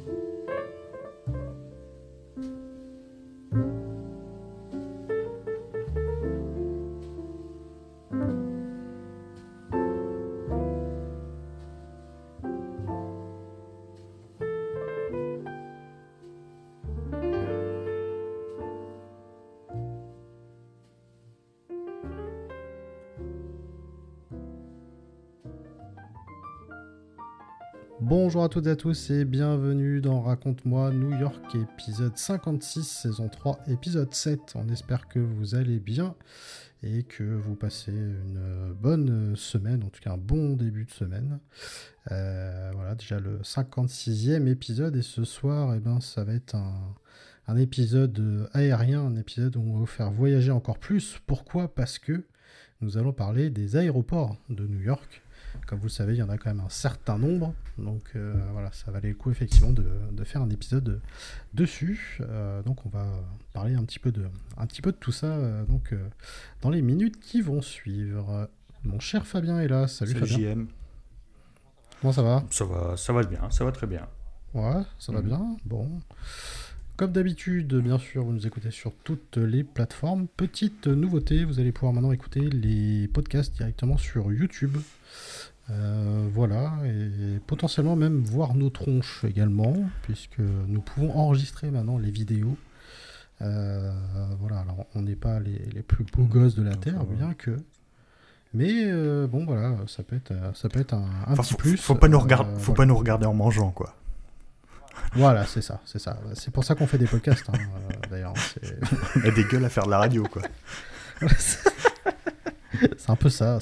Bonjour à toutes et à tous et bienvenue dans Raconte-moi New York, épisode 56, saison 3, épisode 7. On espère que vous allez bien et que vous passez une bonne semaine, en tout cas un bon début de semaine. Voilà, déjà le 56e épisode et ce soir, ça va être un épisode aérien, un épisode où on va vous faire voyager encore plus. Pourquoi ? Parce que nous allons parler des aéroports de New York. Comme vous le savez, il y en a quand même un certain nombre, donc voilà, ça valait le coup effectivement de faire un épisode dessus. Donc on va parler un petit peu de tout ça dans les minutes qui vont suivre. Mon cher Fabien est là, salut Fabien. JM. Comment ça va ? Ça va bien, ça va très bien. Ouais, ça va bien, bon. Comme d'habitude, bien sûr, vous nous écoutez sur toutes les plateformes. Petite nouveauté, vous allez pouvoir maintenant écouter les podcasts directement sur YouTube. Voilà, et potentiellement même voir nos tronches également, puisque nous pouvons enregistrer maintenant les vidéos. Voilà, alors on n'est pas les plus beaux gosses de la Terre, bien que... Mais bon, voilà, ça peut être un petit plus. Faut pas nous regarder en mangeant, quoi. Voilà, c'est ça. C'est pour ça qu'on fait des podcasts, d'ailleurs. On a des gueules à faire de la radio, quoi. C'est un peu ça.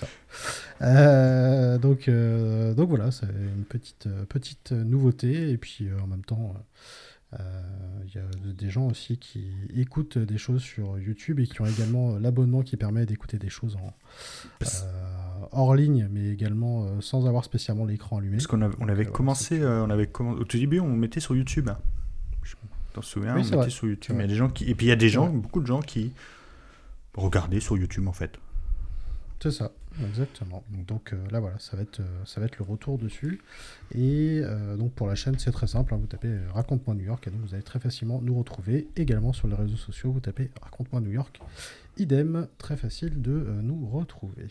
Donc voilà, c'est une petite nouveauté. Et puis en même temps, il y a des gens aussi qui écoutent des choses sur YouTube et qui ont également l'abonnement qui permet d'écouter des choses hors ligne, mais également sans avoir spécialement l'écran allumé. Parce qu'on avait commencé, au tout début, on mettait sur YouTube. Je t'en souviens, oui, on mettait sur YouTube. Il y a des gens qui... Et puis il y a des gens, beaucoup de gens qui regardaient sur YouTube en fait. C'est ça, exactement. Donc là voilà, ça va être le retour dessus. Et donc pour la chaîne, c'est très simple, vous tapez Raconte-moi New York et donc vous allez très facilement nous retrouver. Également sur les réseaux sociaux, vous tapez Raconte-moi New York. Idem, très facile de nous retrouver.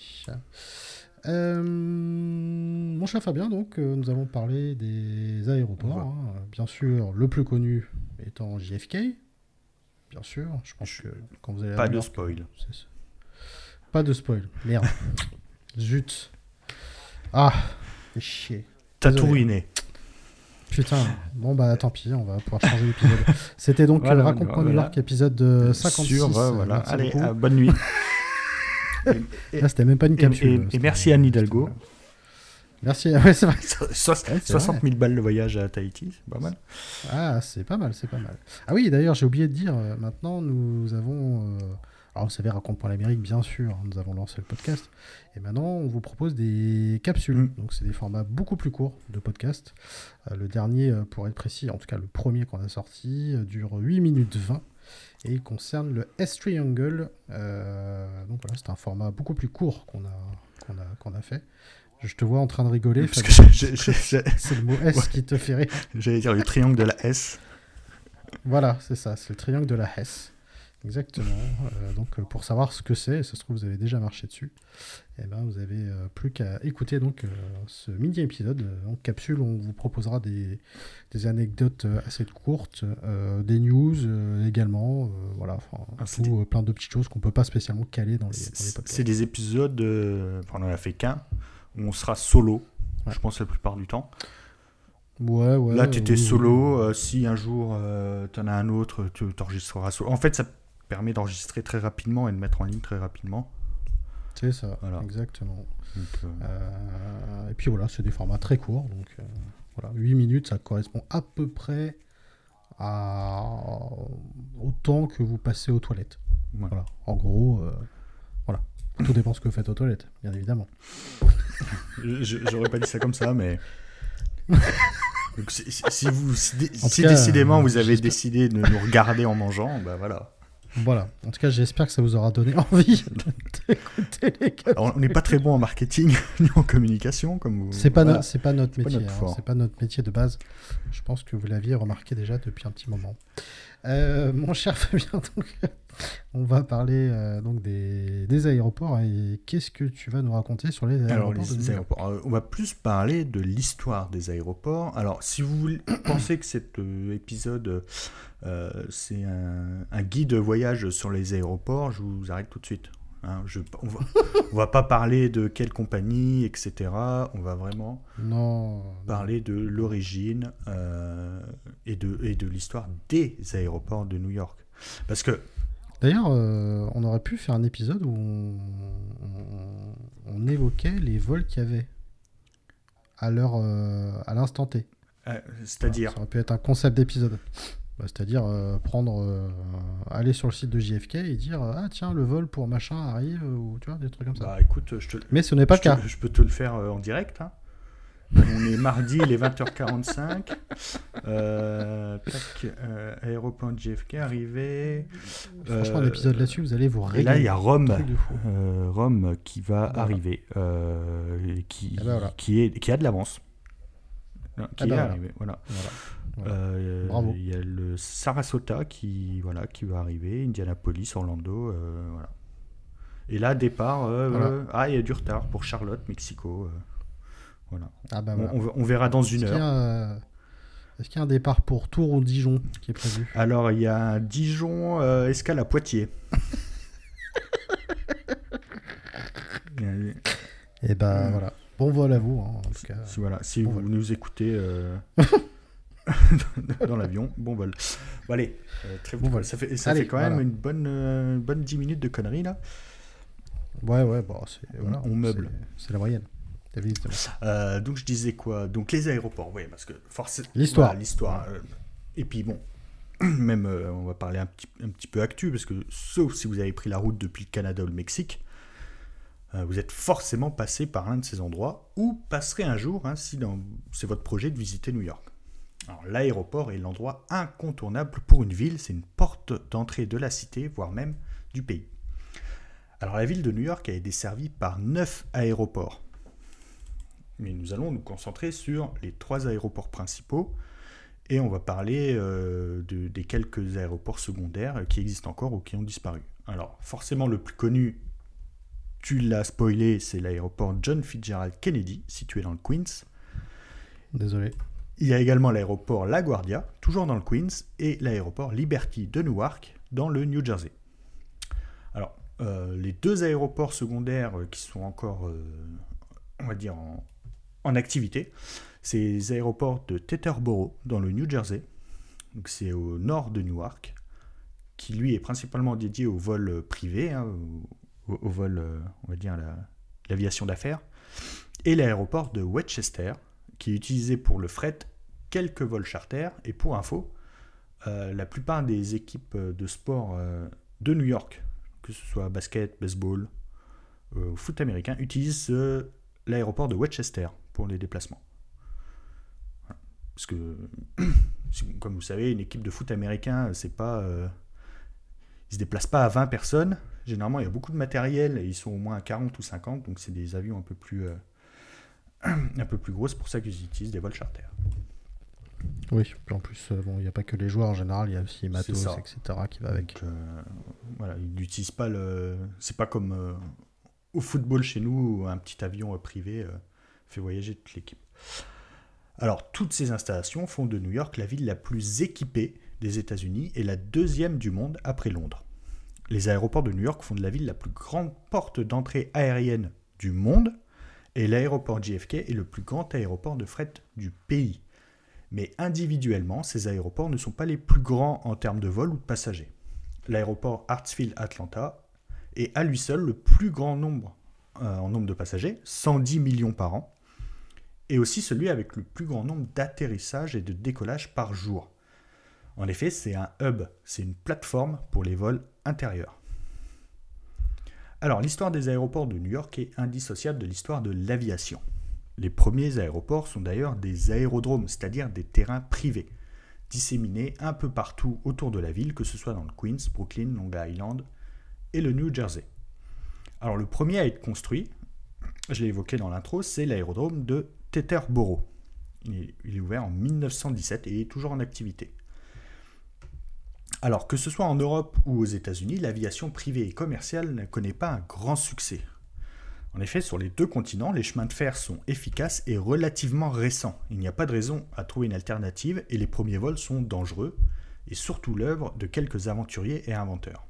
Mon cher Fabien, donc nous allons parler des aéroports. Bien sûr, le plus connu étant JFK. Bien sûr, je pense que quand vous allez pas de spoil. C'est ça. Pas de spoil, merde. Zut. Ah, fais chier. T'as tout ruiné. Putain, bon bah tant pis, on va pouvoir changer l'épisode. C'était donc Raconte-moi New York, épisode 56. Voilà. Allez, bonne nuit. Là, c'était même pas une capsule. Et merci Anne Hidalgo. Merci, ouais, c'est vrai. 60 000 balles le voyage à Tahiti, c'est pas mal. Ah, c'est pas mal. Ah oui, d'ailleurs, j'ai oublié de dire, maintenant, nous avons... Alors, vous savez, Raconte-moi l'Amérique, bien sûr, nous avons lancé le podcast. Et maintenant, on vous propose des capsules. Donc, c'est des formats beaucoup plus courts de podcast. Le dernier, pour être précis, en tout cas le premier qu'on a sorti, dure 8 minutes 20 et il concerne le S-Triangle. Donc voilà, c'est un format beaucoup plus court qu'on a fait. Je te vois en train de rigoler. Parce que c'est le mot S qui te fait rire. J'allais dire le triangle de la S. Voilà, c'est ça, c'est le triangle de la S. Exactement. Donc pour savoir ce que c'est, ça se trouve vous avez déjà marché dessus, et vous avez plus qu'à écouter donc ce mini épisode en capsule où on vous proposera des anecdotes assez courtes, des news également, voilà, plein de petites choses qu'on peut pas spécialement caler dans les podcasts. C'est des épisodes, on en a fait qu'un où on sera solo, je pense la plupart du temps. Ouais. Là, tu étais solo. Si un jour tu en as un autre, tu t'enregistreras solo. En fait, ça permet d'enregistrer très rapidement et de mettre en ligne très rapidement. C'est ça, voilà. Exactement. Donc, et puis voilà, c'est des formats très courts. Donc voilà, 8 minutes, ça correspond à peu près au temps que vous passez aux toilettes. Ouais. Voilà. En gros, voilà. Tout dépend ce que vous faites aux toilettes, bien évidemment. J'aurais pas dit ça comme ça, mais... Donc, si décidément vous avez décidé de nous regarder en mangeant, bah voilà. Voilà. En tout cas, j'espère que ça vous aura donné envie d'écouter les gars. Alors, on n'est pas très bon en marketing ni en communication, comme vous. C'est pas, Voilà. c'est pas notre C'est pas métier. notre fort. C'est pas notre métier de base. Je pense que vous l'aviez remarqué déjà depuis un petit moment. Mon cher Fabien, donc, on va parler donc des aéroports. Et qu'est-ce que tu vas nous raconter sur les Alors, aéroports de les New York ? aéroports. On va plus parler de l'histoire des aéroports. Alors, si vous pensez que cet épisode, c'est un guide voyage sur les aéroports, je vous arrête tout de suite. Hein, on va pas parler de quelle compagnie, etc. On va vraiment Non. parler de l'origine et de l'histoire des aéroports de New York. Parce que D'ailleurs, on aurait pu faire un épisode où on évoquait les vols qu'il y avait à l'instant T. c'est-à-dire, Ça aurait pu être un concept d'épisode. C'est-à-dire aller sur le site de JFK et dire ah tiens le vol pour machin arrive ou tu vois des trucs comme ça. bah écoute, Mais ce n'est pas le cas. Je peux te le faire en direct. Hein. On est mardi, il est 20h45. Aéroport JFK arrivé. Franchement, un épisode là-dessus, vous allez vous régaler. Et là, il y a Rome, Truc de fou. Rome qui va Ah bah arriver, et qui a de l'avance. Qui Ah est bah arrivé, voilà. Voilà. Bravo. Il y a le Sarasota qui va arriver, Indianapolis, Orlando, voilà. Et là, départ, Voilà. il y a du retard pour Charlotte, Mexico. Voilà. Ah bah voilà. On verra dans une heure. Est-ce qu'il y a un départ pour Tours ou Dijon qui est prévu ? Alors, il y a un Dijon escale à Poitiers. Et bah voilà. Bon vol à vous, hein, en tout cas. Si bon vous vol. nous écoutez dans l'avion, bon vol. Bon, allez, très bon vol. Ça fait quand même une bonne 10 minutes de conneries là. Ouais, bon, voilà, on meuble. C'est la moyenne. Donc je disais quoi ? Donc les aéroports, oui, parce que forcément l'histoire. Et puis bon, même on va parler un petit peu actu, parce que sauf si vous avez pris la route depuis le Canada ou le Mexique, vous êtes forcément passé par l'un de ces endroits, ou passerez un jour, hein, si c'est votre projet de visiter New York. Alors l'aéroport est l'endroit incontournable pour une ville, c'est une porte d'entrée de la cité, voire même du pays. Alors la ville de New York est desservie par 9 aéroports. Mais nous allons nous concentrer sur les 3 aéroports principaux et on va parler des quelques aéroports secondaires qui existent encore ou qui ont disparu. Alors forcément le plus connu, tu l'as spoilé, c'est l'aéroport John Fitzgerald Kennedy, situé dans le Queens. Désolé. Il y a également l'aéroport LaGuardia, toujours dans le Queens, et l'aéroport Liberty de Newark, dans le New Jersey. Alors, les 2 aéroports secondaires qui sont encore, on va dire, en activité, c'est les aéroports de Teterboro, dans le New Jersey, donc c'est au nord de Newark, qui lui est principalement dédié au vol privé, hein, au vol, on va dire, l'aviation d'affaires, et l'aéroport de Westchester, qui est utilisé pour le fret, quelques vols charter, et pour info, la plupart des équipes de sport de New York, que ce soit basket, baseball, foot américain, utilisent l'aéroport de Westchester pour les déplacements. Voilà. Parce que, comme vous savez, une équipe de foot américain, c'est pas, ils se déplacent pas à 20 personnes. Généralement, il y a beaucoup de matériel et ils sont au moins à 40 ou 50, donc c'est des avions un peu plus gros. C'est pour ça qu'ils utilisent des vols charter. Oui, en plus, il n'y a pas que les joueurs en général, il y a aussi matos, etc. qui va avec. Donc, voilà, ils n'utilisent pas c'est pas comme au football chez nous où un petit avion privé fait voyager toute l'équipe. Alors, toutes ces installations font de New York la ville la plus équipée des États-Unis et la 2e du monde après Londres. Les aéroports de New York font de la ville la plus grande porte d'entrée aérienne du monde et l'aéroport JFK est le plus grand aéroport de fret du pays. Mais individuellement, ces aéroports ne sont pas les plus grands en termes de vol ou de passagers. L'aéroport Hartsfield Atlanta est à lui seul le plus grand nombre en nombre de passagers, 110 millions par an, et aussi celui avec le plus grand nombre d'atterrissages et de décollages par jour. En effet, c'est un hub, c'est une plateforme pour les vols intérieurs. Alors, l'histoire des aéroports de New York est indissociable de l'histoire de l'aviation. Les premiers aéroports sont d'ailleurs des aérodromes, c'est-à-dire des terrains privés. disséminés un peu partout autour de la ville, que ce soit dans le Queens, Brooklyn, Long Island et le New Jersey. Alors le premier à être construit, je l'ai évoqué dans l'intro, c'est l'aérodrome de Teterboro. Il est ouvert en 1917 et est toujours en activité. Alors que ce soit en Europe ou aux États-Unis, l'aviation privée et commerciale ne connaît pas un grand succès. En effet, sur les deux continents, les chemins de fer sont efficaces et relativement récents. Il n'y a pas de raison à trouver une alternative et les premiers vols sont dangereux et surtout l'œuvre de quelques aventuriers et inventeurs.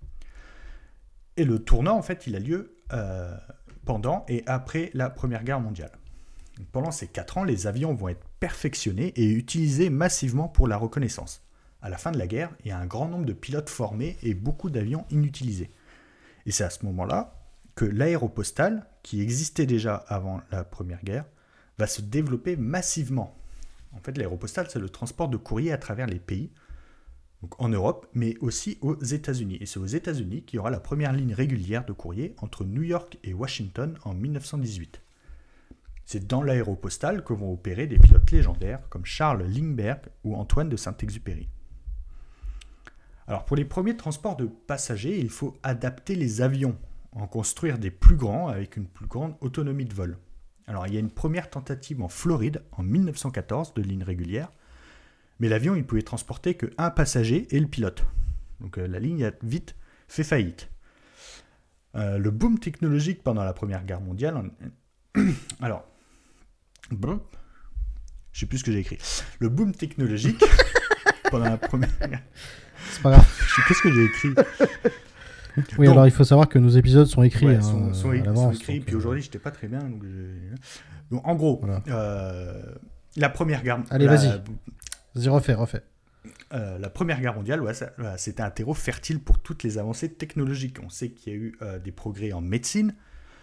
Et le tournant, en fait, il a lieu pendant et après la Première Guerre mondiale. Pendant ces 4 ans, les avions vont être perfectionnés et utilisés massivement pour la reconnaissance. À la fin de la guerre, il y a un grand nombre de pilotes formés et beaucoup d'avions inutilisés. Et c'est à ce moment-là que l'aéropostale, qui existait déjà avant la Première Guerre, va se développer massivement. En fait, l'aéropostale, c'est le transport de courrier à travers les pays, donc en Europe, mais aussi aux États-Unis. Et c'est aux États-Unis qu'il y aura la première ligne régulière de courrier entre New York et Washington en 1918. C'est dans l'aéropostale que vont opérer des pilotes légendaires comme Charles Lindbergh ou Antoine de Saint-Exupéry. Alors pour les premiers transports de passagers, il faut adapter les avions, en construire des plus grands avec une plus grande autonomie de vol. Alors il y a une première tentative en Floride en 1914 de ligne régulière, mais l'avion il pouvait transporter qu'un passager et le pilote. Donc la ligne a vite fait faillite. Le boom technologique pendant la Première Guerre mondiale... Alors, je sais plus ce que j'ai écrit. Le boom technologique pendant la Première Guerre... C'est pas grave. Qu'est-ce que j'ai écrit? Oui, donc, alors il faut savoir que nos épisodes sont écrits. Ouais, sont écrits, puis aujourd'hui j'étais pas très bien. Donc en gros, voilà. La Première Guerre... Allez, vas-y, refais. La Première Guerre mondiale, c'était un terreau fertile pour toutes les avancées technologiques. On sait qu'il y a eu des progrès en médecine.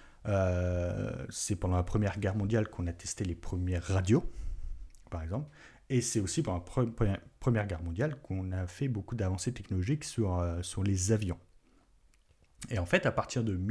C'est pendant la Première Guerre mondiale qu'on a testé les premières radios, par exemple. Et c'est aussi pendant la Première Guerre mondiale qu'on a fait beaucoup d'avancées technologiques sur les avions. Et en fait, à partir de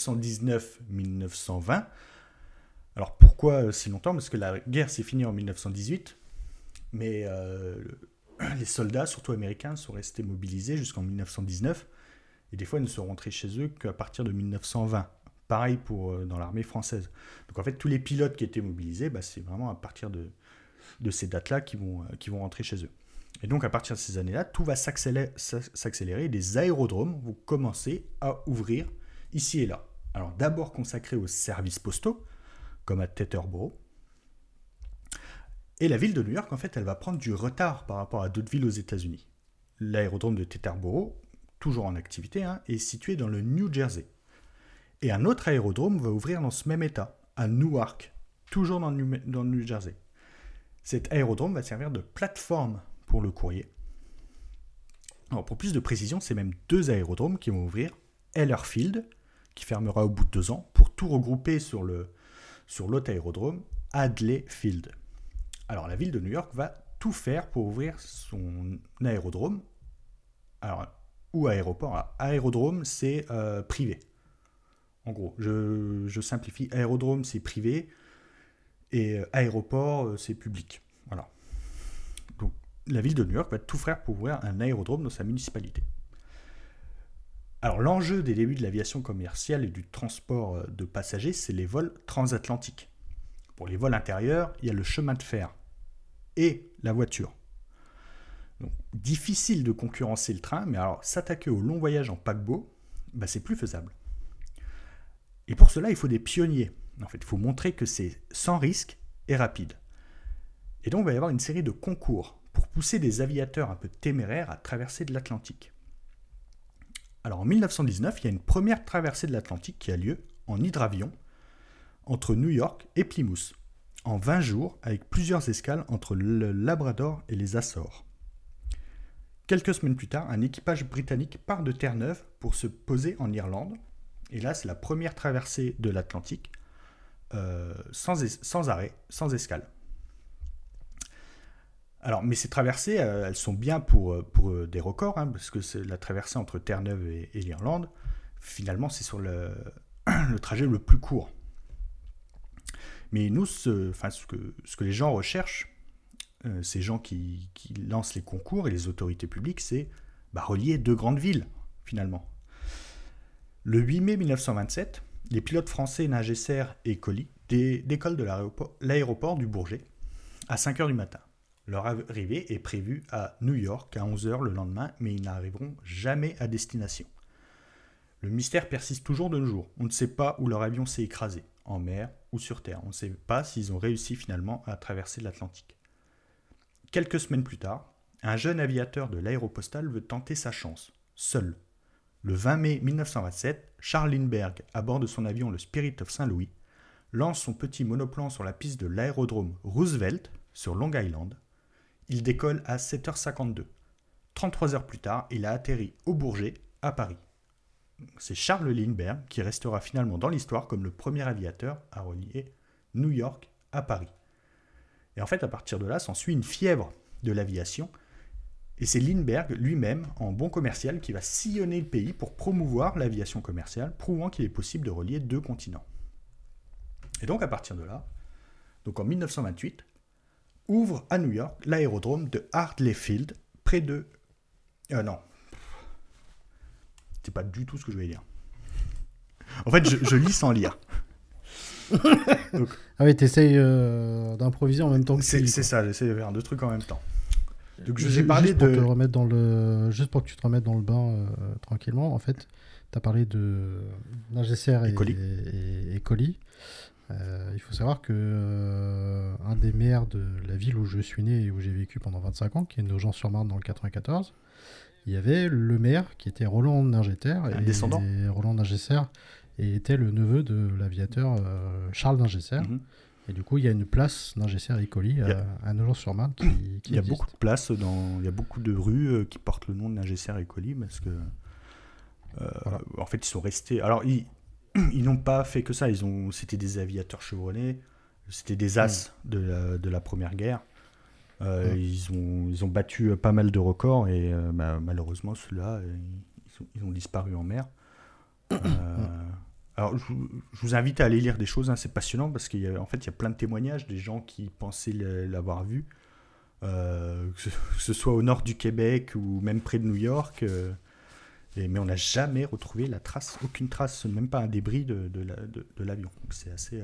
1919-1920, alors pourquoi si longtemps? Parce que la guerre s'est finie en 1918, mais les soldats, surtout américains, sont restés mobilisés jusqu'en 1919, et des fois ils ne sont rentrés chez eux qu'à partir de 1920. Pareil dans l'armée française. Donc en fait, tous les pilotes qui étaient mobilisés, c'est vraiment à partir de ces dates-là qui vont rentrer chez eux. Et donc à partir de ces années-là, tout va s'accélérer et des aérodromes vont commencer à ouvrir ici et là. Alors d'abord consacrés aux services postaux, comme à Teterboro. Et la ville de New York, en fait, elle va prendre du retard par rapport à d'autres villes aux États-Unis. L'aérodrome de Teterboro, toujours en activité, est situé dans le New Jersey. Et un autre aérodrome va ouvrir dans ce même état, à Newark, toujours dans le New Jersey. Cet aérodrome va servir de plateforme pour le courrier. Alors pour plus de précision, c'est même 2 aérodromes qui vont ouvrir. Heller Field, qui fermera au bout de 2 ans, pour tout regrouper sur l'autre aérodrome, Hadley Field. Alors la ville de New York va tout faire pour ouvrir son aérodrome. Alors, ou aéroport. Alors, aérodrome, c'est privé. En gros, je simplifie. Aérodrome, c'est privé. Et aéroport, c'est public. Voilà. Donc, la ville de New York va tout faire pour ouvrir un aérodrome dans sa municipalité. Alors, l'enjeu des débuts de l'aviation commerciale et du transport de passagers, c'est les vols transatlantiques. Pour les vols intérieurs, il y a le chemin de fer et la voiture. Donc, difficile de concurrencer le train, mais alors s'attaquer au long voyage en paquebot, c'est plus faisable. Et pour cela, il faut des pionniers. En fait, il faut montrer que c'est sans risque et rapide. Et donc, il va y avoir une série de concours pour pousser des aviateurs un peu téméraires à traverser de l'Atlantique. Alors, en 1919, il y a une première traversée de l'Atlantique qui a lieu en hydravion entre New York et Plymouth, en 20 jours, avec plusieurs escales entre le Labrador et les Açores. Quelques semaines plus tard, un équipage britannique part de Terre-Neuve pour se poser en Irlande. Et là, c'est la première traversée de l'Atlantique sans arrêt, sans escale. Alors, mais ces traversées, elles sont bien pour des records, parce que c'est la traversée entre Terre-Neuve et l'Irlande. Finalement, c'est sur le trajet le plus court. Mais nous, ce que les gens recherchent, ces gens qui lancent les concours et les autorités publiques, c'est relier deux grandes villes, finalement. Le 8 mai 1927, les pilotes français Ningesser et Colli décollent de l'aéroport du Bourget à 5h du matin. Leur arrivée est prévue à New York à 11h le lendemain, mais ils n'arriveront jamais à destination. Le mystère persiste toujours de nos jours. On ne sait pas où leur avion s'est écrasé, en mer ou sur terre. On ne sait pas s'ils ont réussi finalement à traverser l'Atlantique. Quelques semaines plus tard, un jeune aviateur de l'Aéropostale veut tenter sa chance, seul. Le 20 mai 1927, Charles Lindbergh, à bord de son avion le Spirit of Saint-Louis, lance son petit monoplan sur la piste de l'aérodrome Roosevelt, sur Long Island. Il décolle à 7h52. 33 heures plus tard, il a atterri au Bourget, à Paris. C'est Charles Lindbergh qui restera finalement dans l'histoire comme le premier aviateur à relier New York à Paris. Et en fait, à partir de là, s'ensuit une fièvre de l'aviation. Et c'est Lindbergh lui-même, en bon commercial, qui va sillonner le pays pour promouvoir l'aviation commerciale, prouvant qu'il est possible de relier deux continents. Et donc, à partir de là, donc en 1928, ouvre à New York l'aérodrome de Hartley Field, près de... non. C'est pas du tout ce que je voulais dire. En fait, je lis sans lire. Donc, ah oui, t'essayes d'improviser en même temps que c'est ça, j'essaie de faire deux trucs en même temps. Donc je vous ai parlé juste juste pour que tu te remettes dans le bain tranquillement, en fait, tu as parlé de Ningesser et Colli. Il faut savoir que un des maires de la ville où je suis né et où j'ai vécu pendant 25 ans, qui est Nogent-sur-Marne dans le 94, il y avait le maire qui était Roland Ningesser. Descendant. Et Roland Ningesser était le neveu de l'aviateur Charles Ningesser. Mm-hmm. Et du coup, il y a une place Ningesser et Colli à Nogent-sur-Marne qui il y a beaucoup de places, il y a beaucoup de rues qui portent le nom de Ningesser et Colli parce que voilà. En fait, ils sont restés... Alors, ils n'ont pas fait que ça. C'était des aviateurs chevronnés, c'était des as de la Première Guerre. Ils ont battu pas mal de records et malheureusement, ceux-là, ils ont disparu en mer. Alors, je vous invite à aller lire des choses, c'est passionnant parce qu'il y a plein de témoignages des gens qui pensaient l'avoir vu, que ce soit au nord du Québec ou même près de New York. Mais on n'a jamais retrouvé aucune trace, même pas un débris de l'avion. Donc c'est assez...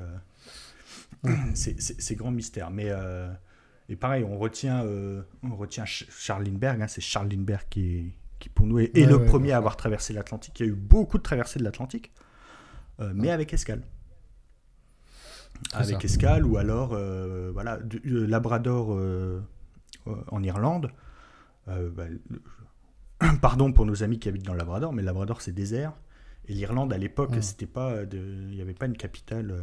c'est grand mystère. Mais, et pareil, on retient Charles Lindbergh, c'est Charles Lindbergh qui pour nous est le premier à avoir traversé l'Atlantique. Il y a eu beaucoup de traversées de l'Atlantique, mais avec escale. Avec escale, ou alors du Labrador en Irlande. Pardon pour nos amis qui habitent dans le Labrador, mais le Labrador c'est désert. Et l'Irlande à l'époque, il n'y avait pas une capitale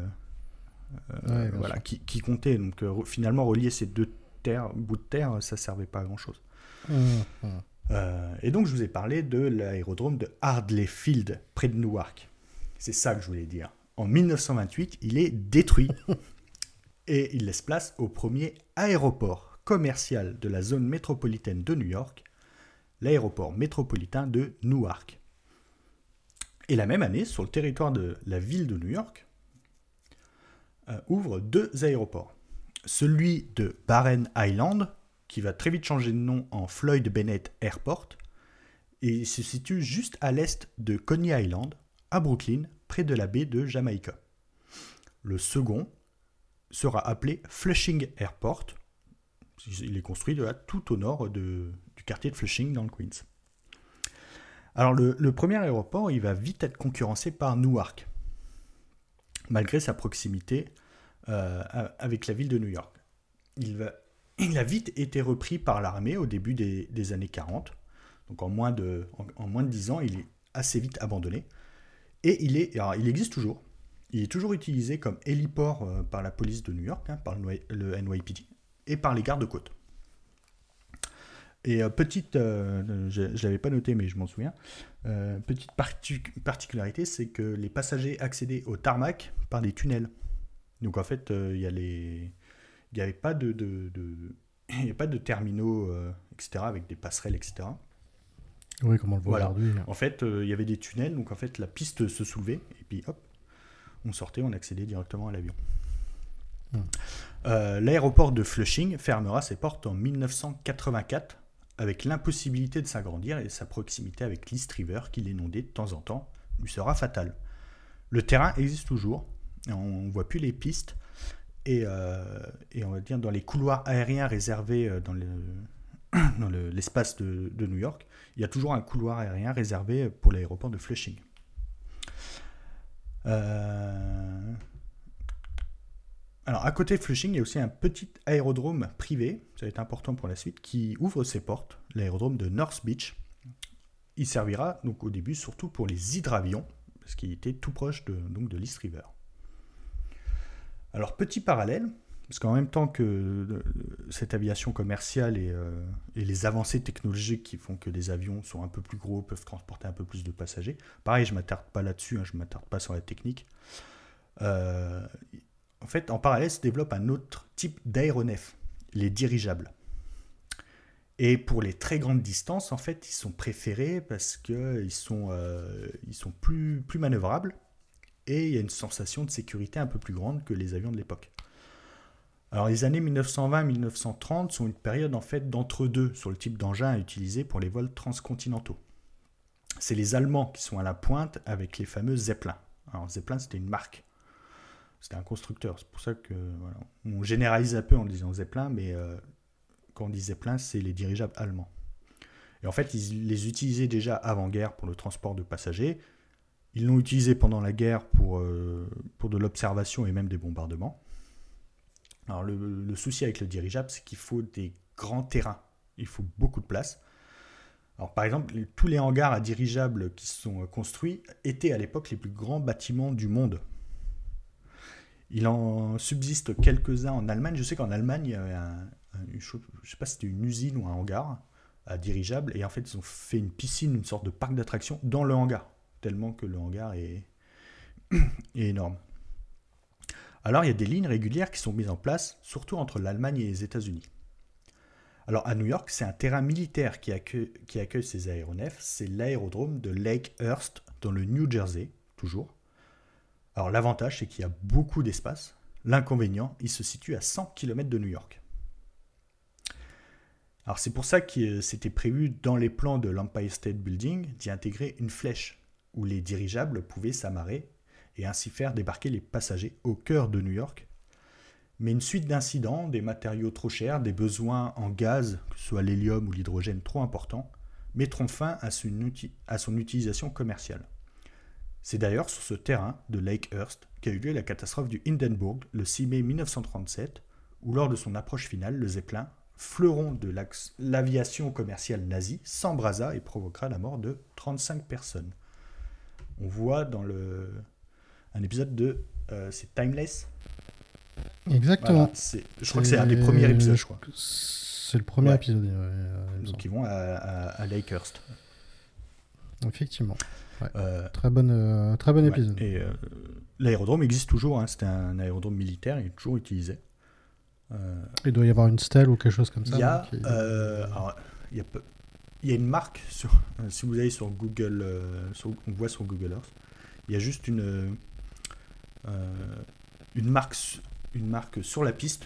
qui comptait. Donc finalement, relier ces deux bouts de terre, ça ne servait pas à grand chose. Et donc je vous ai parlé de l'aérodrome de Hartley Field, près de Newark. C'est ça que je voulais dire. En 1928, il est détruit. Et il laisse place au premier aéroport commercial de la zone métropolitaine de New York, l'aéroport métropolitain de Newark. Et la même année, sur le territoire de la ville de New York, ouvre deux aéroports. Celui de Barren Island, qui va très vite changer de nom en Floyd Bennett Airport, et se situe juste à l'est de Coney Island, à Brooklyn, près de la baie de Jamaïca. Le second sera appelé Flushing Airport. Il est construit tout au nord du quartier de Flushing dans le Queens. Alors le premier aéroport, il va vite être concurrencé par Newark, malgré sa proximité avec la ville de New York. Il a vite été repris par l'armée au début des années 40. Donc en moins de 10 ans, il est assez vite abandonné. Et il existe toujours. Il est toujours utilisé comme héliport par la police de New York, par le NYPD, et par les gardes-côtes. Et je ne l'avais pas noté, mais je m'en souviens, petite particularité, c'est que les passagers accédaient au tarmac par des tunnels. Donc en fait, il n'y avait pas de terminaux, etc., avec des passerelles, etc. Oui, comme on le voit aujourd'hui. En fait, il y avait des tunnels, donc en fait, la piste se soulevait, et puis hop, on sortait, on accédait directement à l'avion. L'aéroport de Flushing fermera ses portes en 1984 avec l'impossibilité de s'agrandir et sa proximité avec l'East River, qui l'inondait de temps en temps, lui sera fatale. Le terrain existe toujours, on ne voit plus les pistes, et on va dire dans les couloirs aériens réservés dans l'espace de New York, il y a toujours un couloir aérien réservé pour l'aéroport de Flushing. Alors, à côté de Flushing, il y a aussi un petit aérodrome privé, ça va être important pour la suite, qui ouvre ses portes, l'aérodrome de North Beach. Il servira donc au début surtout pour les hydravions, parce qu'il était tout proche de l'East River. Alors, petit parallèle, parce qu'en même temps que cette aviation commerciale et les avancées technologiques qui font que les avions sont un peu plus gros, peuvent transporter un peu plus de passagers, pareil, je ne m'attarde pas là-dessus, je ne m'attarde pas sur la technique. En fait, en parallèle, se développe un autre type d'aéronef, les dirigeables. Et pour les très grandes distances, en fait, ils sont préférés parce qu'ils sont plus manœuvrables et il y a une sensation de sécurité un peu plus grande que les avions de l'époque. Alors, les années 1920-1930 sont une période en fait d'entre-deux sur le type d'engin à utiliser pour les vols transcontinentaux. C'est les Allemands qui sont à la pointe avec les fameux Zeppelin. Alors, Zeppelin, c'était une marque. C'était un constructeur, c'est pour ça que voilà. On généralise un peu en disant Zeppelin, mais quand on dit Zeppelin, c'est les dirigeables allemands. Et en fait, ils les utilisaient déjà avant-guerre pour le transport de passagers. Ils l'ont utilisé pendant la guerre pour de l'observation et même des bombardements. Alors le souci avec le dirigeable, c'est qu'il faut des grands terrains. Il faut beaucoup de place. Alors par exemple, tous les hangars à dirigeables qui sont construits étaient à l'époque les plus grands bâtiments du monde. Il en subsiste quelques-uns en Allemagne. Je sais qu'en Allemagne, il y avait je ne sais pas si c'était une usine ou un hangar à dirigeable. Et en fait, ils ont fait une piscine, une sorte de parc d'attractions dans le hangar. Tellement que le hangar est énorme. Alors, il y a des lignes régulières qui sont mises en place, surtout entre l'Allemagne et les États-Unis. Alors, à New York, c'est un terrain militaire qui accueille ces aéronefs. C'est l'aérodrome de Lakehurst, dans le New Jersey, toujours. Alors l'avantage, c'est qu'il y a beaucoup d'espace. L'inconvénient, il se situe à 100 km de New York. Alors c'est pour ça que c'était prévu dans les plans de l'Empire State Building d'y intégrer une flèche où les dirigeables pouvaient s'amarrer et ainsi faire débarquer les passagers au cœur de New York. Mais une suite d'incidents, des matériaux trop chers, des besoins en gaz, que ce soit l'hélium ou l'hydrogène trop importants, mettront fin à son utilisation commerciale. C'est d'ailleurs sur ce terrain de Lakehurst qu'a eu lieu la catastrophe du Hindenburg le 6 mai 1937, où lors de son approche finale, le Zeppelin, fleuron de l'aviation commerciale nazie, s'embrasa et provoqua la mort de 35 personnes. On voit dans un épisode de c'est Timeless. Exactement. Voilà, je crois que c'est un des premiers épisodes, je crois. C'est le premier épisode. Donc ils vont à Lakehurst. Effectivement. Ouais. Très bon épisode. Et l'aérodrome existe toujours, c'était un aérodrome militaire, il est toujours utilisé. Il doit y avoir une stèle ou quelque chose comme ça. Il y a une marque, si vous allez sur Google, on voit sur Google Earth, il y a juste une marque sur la piste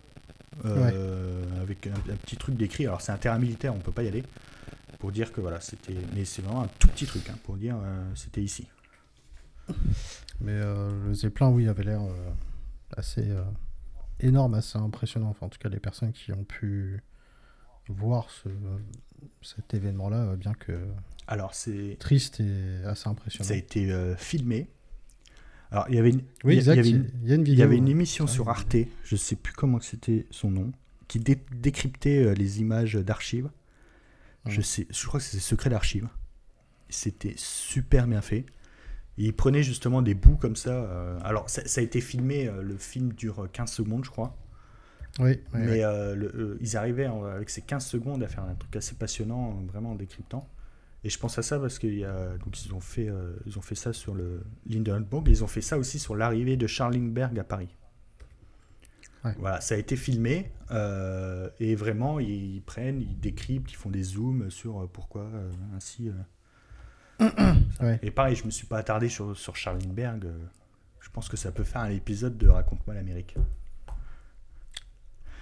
avec un petit truc décrit. Alors c'est un terrain militaire, on ne peut pas y aller. Pour dire que voilà, mais c'est vraiment un tout petit truc, pour dire c'était ici. Mais le Zeppelin, oui, avait l'air assez énorme, assez impressionnant. Enfin, en tout cas, les personnes qui ont pu voir cet événement-là, bien que triste et assez impressionnant. Ça a été filmé. Alors, il y avait il y avait une émission sur Arte, je ne sais plus comment c'était son nom, qui décryptait les images d'archives. Je crois que c'est Secret d'archives. C'était super bien fait. Et ils prenaient justement des bouts comme ça. Alors, ça a été filmé, le film dure 15 secondes, je crois. Oui. Mais ils arrivaient avec ces 15 secondes à faire un truc assez passionnant, vraiment en décryptant. Et je pense à ça parce qu'ils ont fait ça sur le l'Hindenburg. Ils ont fait ça aussi sur l'arrivée de Charles Lindbergh à Paris. Ouais. Voilà, ça a été filmé et vraiment ils décryptent, ils font des zooms sur pourquoi ainsi. Ouais. Et pareil, je me suis pas attardé sur Charles Lindbergh. Je pense que ça peut faire un épisode de Raconte-moi l'Amérique.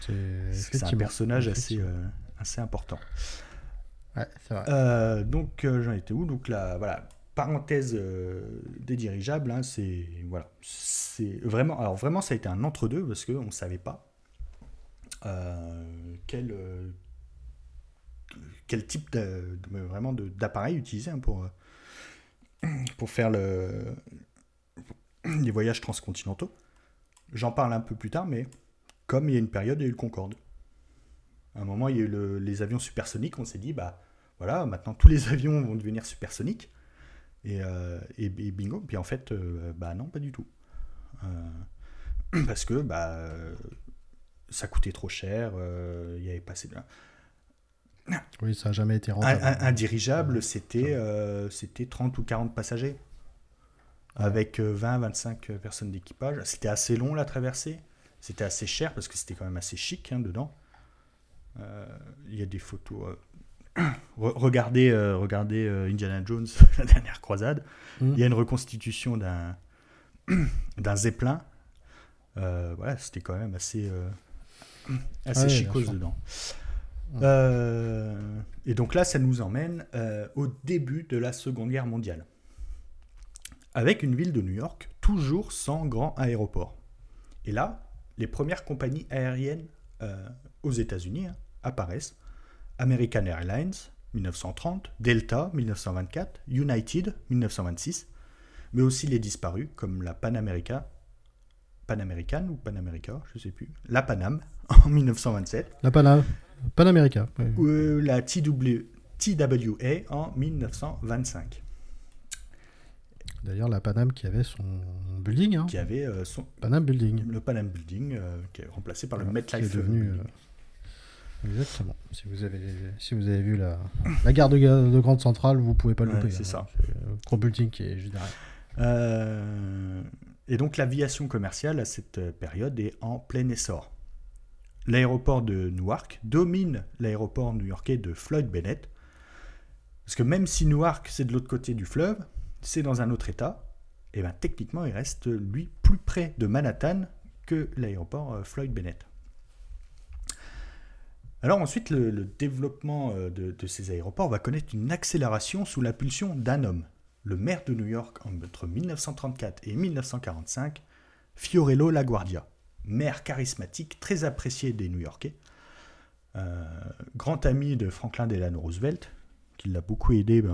C'est un personnage assez important. Ouais, c'est vrai. Donc j'en étais où? Donc là, voilà, parenthèse des dirigeables, hein, c'est vraiment, alors vraiment ça a été un entre-deux parce qu'on ne savait pas quel type vraiment d'appareil utiliser, hein, pour faire les voyages transcontinentaux. J'en parle un peu plus tard, mais comme il y a une période, il y a eu le Concorde. À un moment, il y a eu les avions supersoniques, on s'est dit, bah voilà, maintenant tous les avions vont devenir supersoniques, et bingo. Puis en fait, bah non, pas du tout. Parce que ça coûtait trop cher, il y avait pas assez de... Oui, ça n'a jamais été rentable. Un dirigeable, c'était 30 ou 40 passagers, avec 20-25 personnes d'équipage. C'était assez long la traversée, c'était assez cher parce que c'était quand même assez chic, hein, dedans. Il y a des photos. Regardez Indiana Jones, la dernière croisade. Il y a une reconstitution d'un zeppelin. Voilà, c'était quand même assez chicose dedans. Et donc là, ça nous emmène au début de la Seconde Guerre mondiale, avec une ville de New York toujours sans grand aéroport. Et là, les premières compagnies aériennes aux États-Unis apparaissent. American Airlines, 1930, Delta, 1924, United, 1926, mais aussi les disparus, comme la Pan American ou Pan America, je ne sais plus, la Panam, en 1927. La Pan America. Oui. Ou la TWA en 1925. D'ailleurs, la Panam qui avait son building. Hein, qui avait son Panam Building. Le Panam Building, qui est remplacé par le MetLife. Qui est devenu... Exactement. Si vous avez vu la gare de Grande Centrale, vous ne pouvez pas le louper. C'est ça. C'est le gros building qui est juste derrière. Et donc l'aviation commerciale à cette période est en plein essor. L'aéroport de Newark domine l'aéroport new-yorkais de Floyd Bennett. Parce que même si Newark, c'est de l'autre côté du fleuve, c'est dans un autre état, et bien techniquement, il reste, lui, plus près de Manhattan que l'aéroport Floyd Bennett. Alors ensuite, le développement de ces aéroports va connaître une accélération sous l'impulsion d'un homme, le maire de New York entre 1934 et 1945, Fiorello LaGuardia. Maire charismatique, très apprécié des New-Yorkais, grand ami de Franklin Delano Roosevelt, qui l'a beaucoup aidé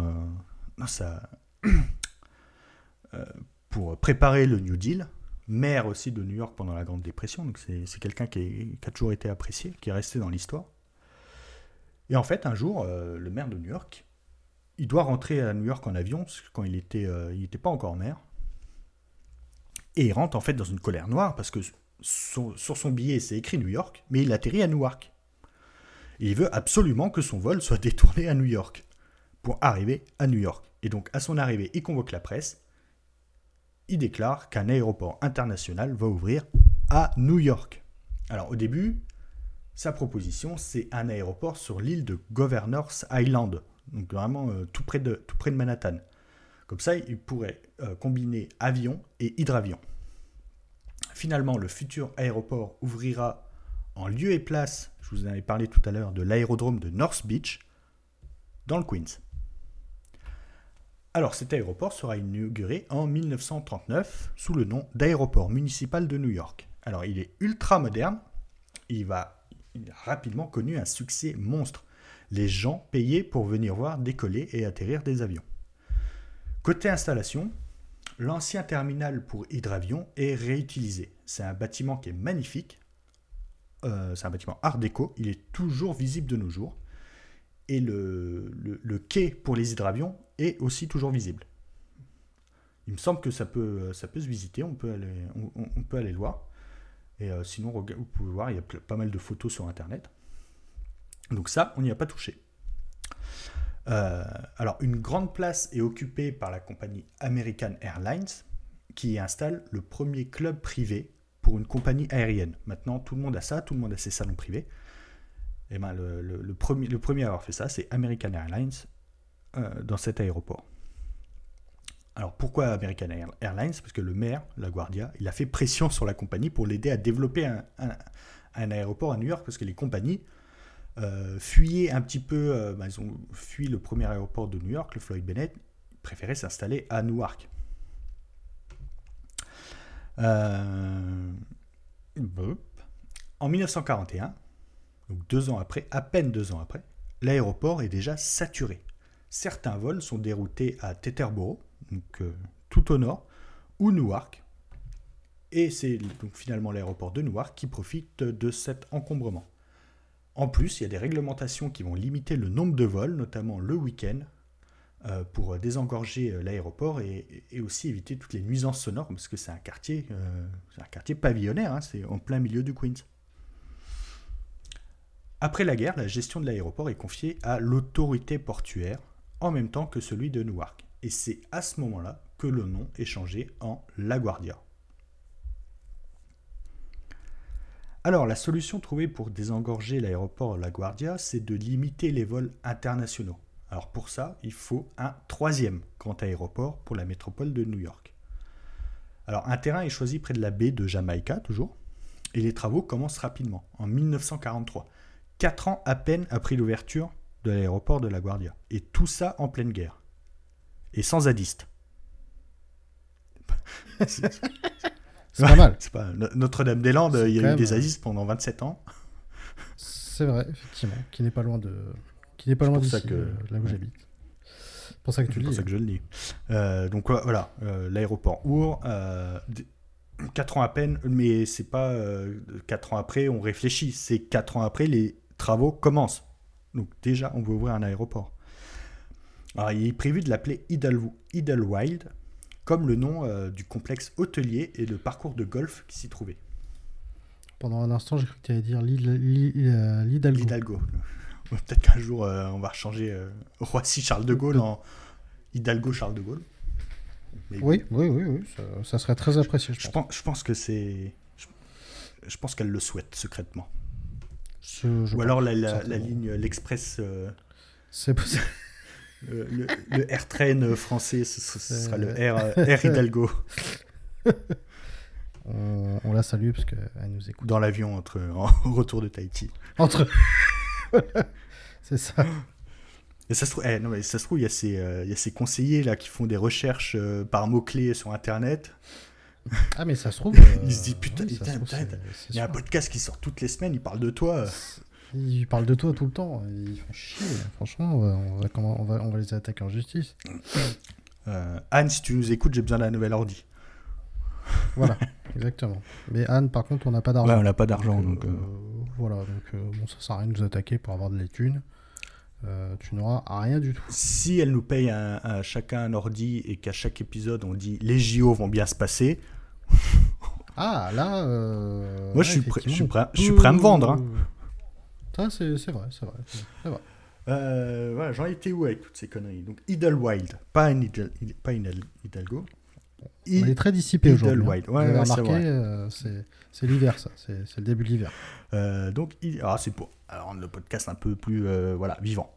pour préparer le New Deal, maire aussi de New York pendant la Grande Dépression, donc c'est quelqu'un qui a toujours été apprécié, qui est resté dans l'histoire. Et en fait, un jour, le maire de New York, il doit rentrer à New York en avion, parce que quand il était pas encore maire, et il rentre en fait dans une colère noire, parce que sur son billet, c'est écrit New York, mais il atterrit à Newark. Et il veut absolument que son vol soit détourné à New York, pour arriver à New York. Et donc, à son arrivée, il convoque la presse, il déclare qu'un aéroport international va ouvrir à New York. Alors, au début, sa proposition, c'est un aéroport sur l'île de Governor's Island, donc vraiment tout près de Manhattan. Comme ça, il pourrait combiner avion et hydravion. Finalement, le futur aéroport ouvrira en lieu et place, je vous en avais parlé tout à l'heure, de l'aérodrome de North Beach, dans le Queens. Alors, cet aéroport sera inauguré en 1939 sous le nom d'aéroport municipal de New York. Alors, il est ultra moderne, il a rapidement connu un succès monstre. Les gens payaient pour venir voir décoller et atterrir des avions. Côté installation, l'ancien terminal pour hydravion est réutilisé. C'est un bâtiment qui est magnifique. C'est un bâtiment art déco. Il est toujours visible de nos jours. Et le quai pour les hydravions est aussi toujours visible. Il me semble que ça peut se visiter. On peut aller le voir. Et sinon, vous pouvez voir, il y a pas mal de photos sur Internet. Donc ça, on n'y a pas touché. Alors, une grande place est occupée par la compagnie American Airlines, qui installe le premier club privé pour une compagnie aérienne. Maintenant, tout le monde a ça, tout le monde a ses salons privés. Et ben, le premier à avoir fait ça, c'est American Airlines dans cet aéroport. Alors, pourquoi American Airlines ? Parce que le maire, LaGuardia, il a fait pression sur la compagnie pour l'aider à développer un aéroport à New York parce que les compagnies fuyaient un petit peu. Ils ont fui le premier aéroport de New York, le Floyd Bennett, ils préféraient s'installer à Newark. En 1941, donc 2 ans après, à peine 2 ans après, l'aéroport est déjà saturé. Certains vols sont déroutés à Teterboro, donc tout au nord, ou Newark. Et c'est donc finalement l'aéroport de Newark qui profite de cet encombrement. En plus, il y a des réglementations qui vont limiter le nombre de vols, notamment le week-end, pour désengorger l'aéroport et aussi éviter toutes les nuisances sonores, parce que c'est un quartier pavillonnaire, hein, c'est en plein milieu du Queens. Après la guerre, la gestion de l'aéroport est confiée à l'autorité portuaire, en même temps que celui de Newark. Et c'est à ce moment-là que le nom est changé en LaGuardia. Alors, la solution trouvée pour désengorger l'aéroport LaGuardia, c'est de limiter les vols internationaux. Alors pour ça, il faut un 3e grand aéroport pour la métropole de New York. Alors un terrain est choisi près de la baie de Jamaïca, toujours, et les travaux commencent rapidement, en 1943. 4 ans à peine après l'ouverture de l'aéroport de LaGuardia. Et tout ça en pleine guerre. Et sans zadistes. C'est pas mal. C'est pas... Notre-Dame-des-Landes, il y a eu des zadistes pendant 27 ans. C'est vrai, effectivement, qui n'est pas loin d'ici, là où j'habite. C'est pour ça que tu le dis. C'est pour ça que je le dis. Donc voilà, l'aéroport ouvre. 4 ans à peine, mais c'est pas 4 ans après, on réfléchit. C'est 4 ans après, les travaux commencent. Donc déjà, on veut ouvrir un aéroport. Alors, il est prévu de l'appeler Idlewild, comme le nom du complexe hôtelier et le parcours de golf qui s'y trouvait. Pendant un instant, j'ai cru que tu allais dire l'Hidalgo. Peut-être qu'un jour, on va changer Roissy Charles de Gaulle en Hidalgo Charles de Gaulle. Mais oui, ça serait très apprécié, je pense. Je pense que c'est... Je pense qu'elle le souhaite secrètement. Ou alors la ligne, l'Express... c'est possible. Le Air-Train français, ce sera le Air Hidalgo. On la salue parce qu'elle nous écoute. Dans l'avion au retour de Tahiti. C'est ça. Et ça se trouve, il y a ces conseillers là qui font des recherches par mots-clés sur Internet. Ah, mais ça se trouve... ils se disent, putain, il y a un podcast qui sort toutes les semaines, il parle de toi. Ils parlent de toi tout le temps. Ils font chier. Franchement, on va les attaquer en justice. Anne, si tu nous écoutes, j'ai besoin d'un nouvel ordi. Voilà, exactement. Mais Anne, par contre, on n'a pas d'argent. Ouais, on n'a pas d'argent. Donc, voilà, bon, ça sert à rien de nous attaquer pour avoir de la thune. Tu n'auras rien du tout. Si elle nous paye à chacun un ordi et qu'à chaque épisode on dit les JO vont bien se passer. Ah, là. Moi, je suis prêt à me vendre. Hein. Ça, c'est vrai. Voilà, j'en étais où avec toutes ces conneries? Donc, Idlewild, pas Hidalgo. On est très dissipé aujourd'hui. Idlewild, Vous avez remarqué, c'est l'hiver, ça. C'est le début de l'hiver. Donc, c'est pour rendre le podcast un peu plus vivant.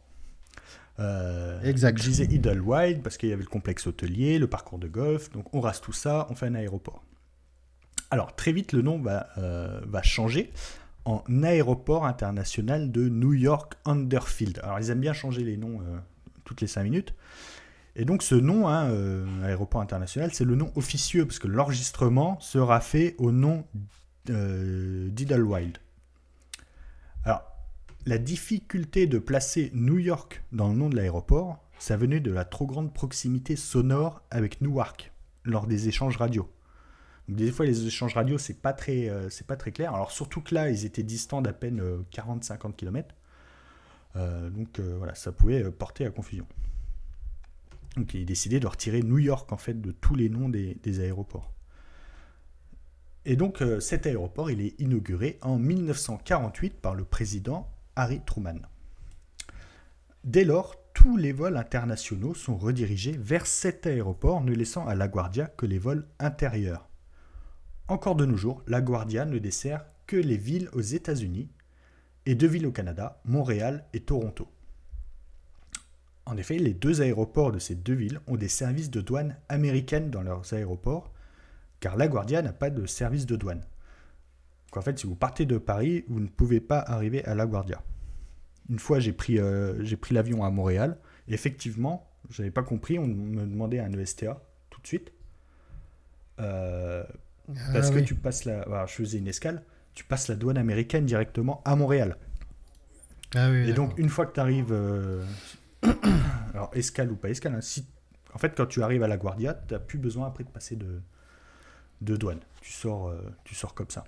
Exact. Je disais Idlewild parce qu'il y avait le complexe hôtelier, le parcours de golf. Donc, on rase tout ça, on fait un aéroport. Alors, très vite, le nom va changer en aéroport international de New York Underfield. Alors, ils aiment bien changer les noms toutes les 5 minutes. Et donc, ce nom, aéroport international, c'est le nom officieux, parce que l'enregistrement sera fait au nom d'Idlewild. Alors, la difficulté de placer New York dans le nom de l'aéroport, ça venait de la trop grande proximité sonore avec Newark, lors des échanges radio. Donc, des fois, les échanges radio, c'est pas très clair. Alors, surtout que là, ils étaient distants d'à peine 40-50 km. Donc, ça pouvait porter à confusion. Donc, il est décidé de retirer New York, en fait, de tous les noms des aéroports. Et donc, cet aéroport, il est inauguré en 1948 par le président Harry Truman. Dès lors, tous les vols internationaux sont redirigés vers cet aéroport, ne laissant à LaGuardia que les vols intérieurs. Encore de nos jours, LaGuardia ne dessert que les villes aux États-Unis et 2 villes au Canada, Montréal et Toronto. En effet, les 2 aéroports de ces 2 villes ont des services de douane américaines dans leurs aéroports, car LaGuardia n'a pas de service de douane. Donc en fait, si vous partez de Paris, vous ne pouvez pas arriver à LaGuardia. Une fois, j'ai pris l'avion à Montréal. Et effectivement, je n'avais pas compris, on me demandait un ESTA tout de suite. Parce que tu passes alors, je faisais une escale, tu passes la douane américaine directement à Montréal. Ah oui, et donc, une fois que tu arrives, alors escale ou pas escale, hein, en fait, quand tu arrives à LaGuardia, tu n'as plus besoin après de passer de douane. Tu sors comme ça.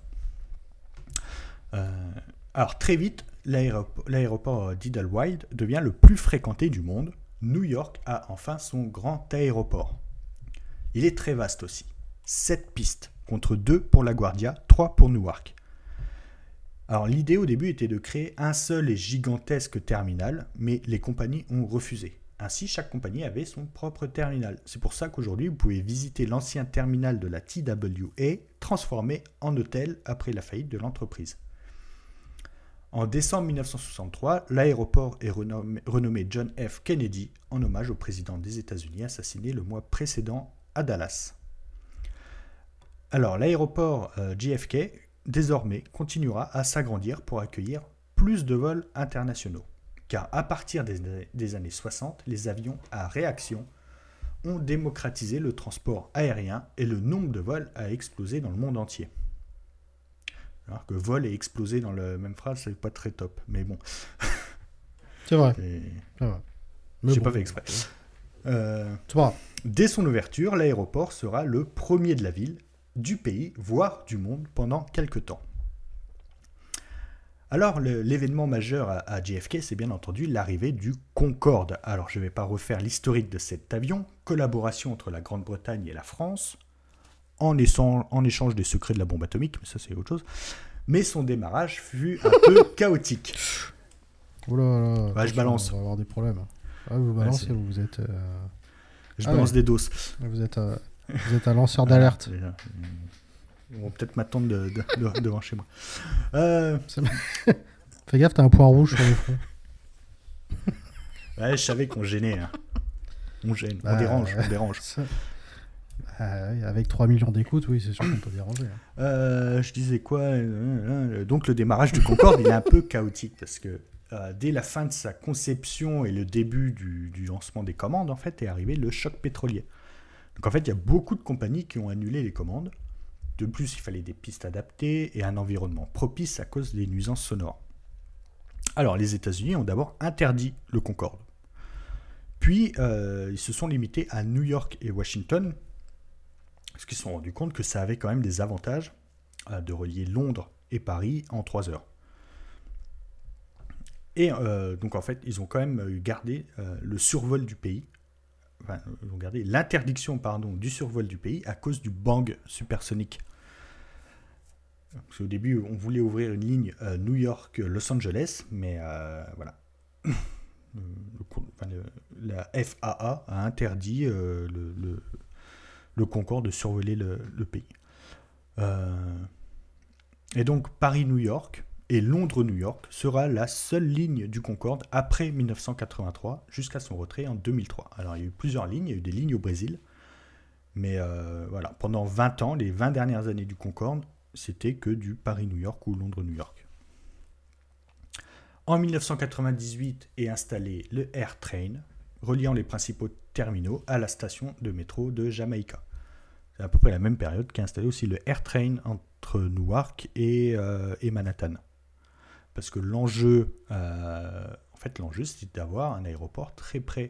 Alors, très vite, l'aéroport d'Idlewild devient le plus fréquenté du monde. New York a enfin son grand aéroport. Il est très vaste aussi. 7 pistes, contre 2 pour LaGuardia, 3 pour Newark. Alors l'idée au début était de créer un seul et gigantesque terminal, mais les compagnies ont refusé. Ainsi, chaque compagnie avait son propre terminal. C'est pour ça qu'aujourd'hui, vous pouvez visiter l'ancien terminal de la TWA, transformé en hôtel après la faillite de l'entreprise. En décembre 1963, l'aéroport est renommé John F. Kennedy en hommage au président des États-Unis assassiné le mois précédent à Dallas. Alors, l'aéroport JFK, désormais, continuera à s'agrandir pour accueillir plus de vols internationaux. Car à partir des années 60, les avions à réaction ont démocratisé le transport aérien et le nombre de vols a explosé dans le monde entier. Alors que vol et exploser dans la même phrase, c'est pas très top, mais bon. C'est vrai. J'ai pas fait exprès. Dès son ouverture, l'aéroport sera le premier de la ville, du pays, voire du monde, pendant quelques temps. Alors, l'événement majeur à JFK, c'est bien entendu l'arrivée du Concorde. Alors, je ne vais pas refaire l'historique de cet avion, collaboration entre la Grande-Bretagne et la France, en échange des secrets de la bombe atomique, mais ça c'est autre chose. Mais son démarrage fut un peu chaotique. Oula, je balance. On va avoir des problèmes. Vous balancez, vous êtes... Je balance des doses. Vous êtes un lanceur d'alerte. Ils vont peut-être m'attendre devant chez moi. Fais gaffe, t'as un point rouge sur le front. Je savais qu'on gênait. Hein. On gêne, on dérange. Avec 3 millions d'écoutes, oui, c'est sûr qu'on peut déranger. Je disais quoi Donc le démarrage du Concorde, il est un peu chaotique parce que dès la fin de sa conception et le début du lancement des commandes, en fait, est arrivé le choc pétrolier. Donc en fait, il y a beaucoup de compagnies qui ont annulé les commandes. De plus, il fallait des pistes adaptées et un environnement propice à cause des nuisances sonores. Alors, les États-Unis ont d'abord interdit le Concorde. Puis, ils se sont limités à New York et Washington, parce qu'ils se sont rendus compte que ça avait quand même des avantages de relier Londres et Paris en 3 heures. Et donc, en fait, ils ont quand même gardé le survol du pays. Enfin, ils ont gardé l'interdiction du survol du pays à cause du bang supersonique. Parce qu'au début, on voulait ouvrir une ligne New York-Los Angeles, mais voilà. La FAA a interdit le Concorde de survoler le pays. Et donc, Paris-New York et Londres-New York sera la seule ligne du Concorde après 1983 jusqu'à son retrait en 2003. Alors il y a eu plusieurs lignes, il y a eu des lignes au Brésil, mais voilà, pendant 20 ans, les 20 dernières années du Concorde, c'était que du Paris-New York ou Londres-New York. En 1998 est installé le AirTrain, reliant les principaux terminaux à la station de métro de Jamaïca. C'est à peu près la même période qu'a installé aussi le AirTrain entre Newark et Manhattan. Parce que l'enjeu, c'est d'avoir un aéroport très près.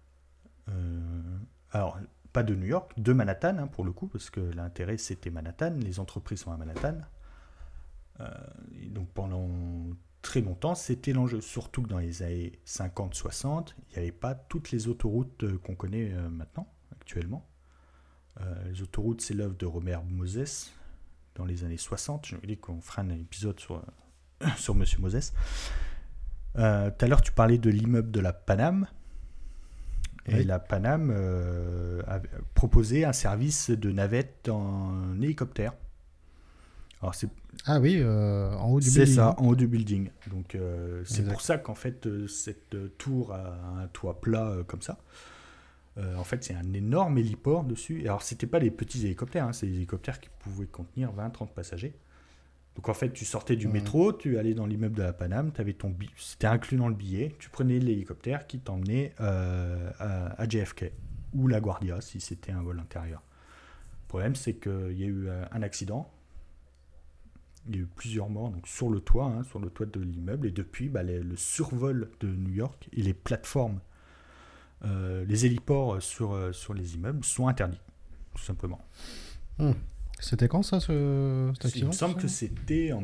Alors, pas de New York, de Manhattan, pour le coup, parce que l'intérêt, c'était Manhattan. Les entreprises sont à Manhattan. Et donc, pendant très longtemps, c'était l'enjeu. Surtout que dans les années 50-60, il n'y avait pas toutes les autoroutes qu'on connaît maintenant, actuellement. Les autoroutes, c'est l'œuvre de Robert Moses dans les années 60. Je me dis qu'on fera un épisode sur Monsieur Moses. Tout à l'heure, tu parlais de l'immeuble de la Paname. Et oui. La Paname a proposé un service de navette en hélicoptère. Alors en haut du building. C'est ça, en haut du building. Donc, c'est pour ça qu'en fait, cette tour a un toit plat comme ça. En fait, c'est un énorme héliport dessus. Alors, c'était pas des petits hélicoptères, c'est des hélicoptères qui pouvaient contenir 20-30 passagers. Donc en fait, tu sortais du métro, tu allais dans l'immeuble de la Paname, c'était inclus dans le billet, tu prenais l'hélicoptère qui t'emmenait à JFK ou LaGuardia si c'était un vol intérieur. Le problème, c'est qu'il y a eu un accident, il y a eu plusieurs morts donc sur le toit de l'immeuble, et depuis, le survol de New York et les plateformes, les héliports sur les immeubles sont interdits, tout simplement. C'était quand ça, cet accident? Il me semble que c'était en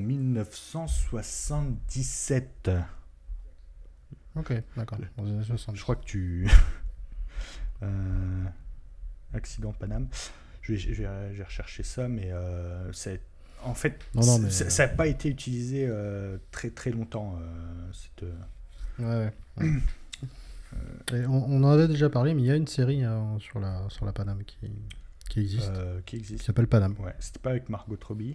1977. Ok, d'accord. Je crois que tu... accident Paname. Je vais rechercher ça, mais en fait, ça n'a pas été utilisé très très longtemps. Ouais. Et on en avait déjà parlé, mais il y a une série sur la Paname qui existe. Qui s'appelle Paname. Ouais, c'était pas avec Margot Robbie.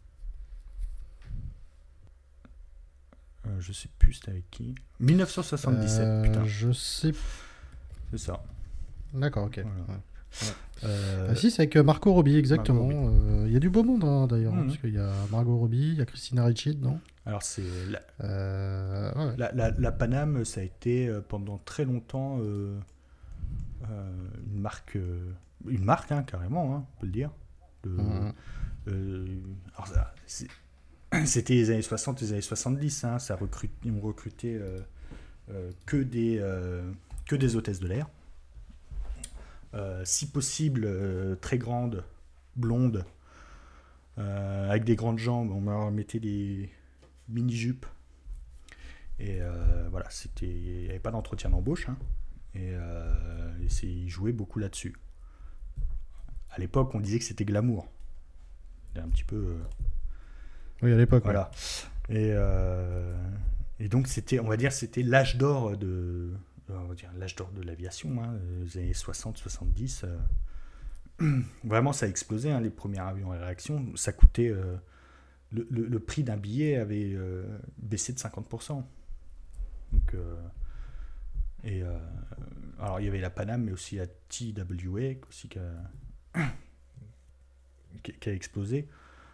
Je sais plus c'était avec qui. 1977, putain. Je sais. C'est ça. D'accord, ok. Voilà. Ouais. Si, c'est avec Margot Robbie, exactement. Il y a du beau monde d'ailleurs, parce qu'il y a Margot Robbie, il y a Christina Ricci dedans. Alors c'est la Paname, ça a été pendant très longtemps une marque carrément, on peut le dire. Alors c'était les années 60 et les années 70, ils ont recruté que des hôtesses de l'air. Si possible, très grandes, blondes, avec des grandes jambes. On leur mettait des mini-jupes. Et voilà, il n'y avait pas d'entretien d'embauche. Ils jouaient beaucoup là-dessus. À l'époque, on disait que c'était glamour. C'était un petit peu... Oui, à l'époque. Voilà. Ouais. Et donc, c'était l'âge d'or de l'aviation, les années 60-70. Vraiment, ça a explosé, les premiers avions à réaction. Ça coûtait... le prix d'un billet avait baissé de 50%. Donc, alors, il y avait la Paname, mais aussi la TWA aussi qui a explosé.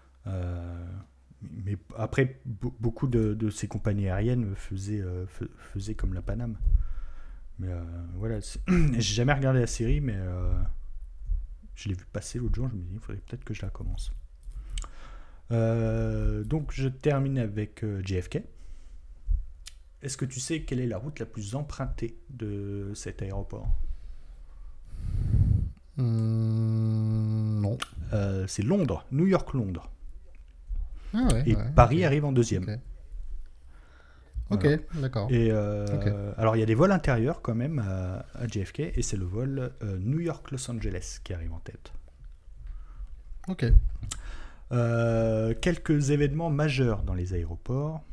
Mais après, beaucoup de ces compagnies aériennes faisaient comme la Paname. Mais voilà, j'ai jamais regardé la série, mais je l'ai vu passer l'autre jour. Je me dis, il faudrait peut-être que je la commence. Donc, je termine avec JFK. Est-ce que tu sais quelle est la route la plus empruntée de cet aéroport ? Non. C'est Londres, New York-Londres. Ah ouais, et Paris arrive en deuxième. Ok, voilà. D'accord. Et alors, il y a des vols intérieurs quand même à JFK, et c'est le vol New York-Los Angeles qui arrive en tête. Ok. Quelques événements majeurs dans les aéroports.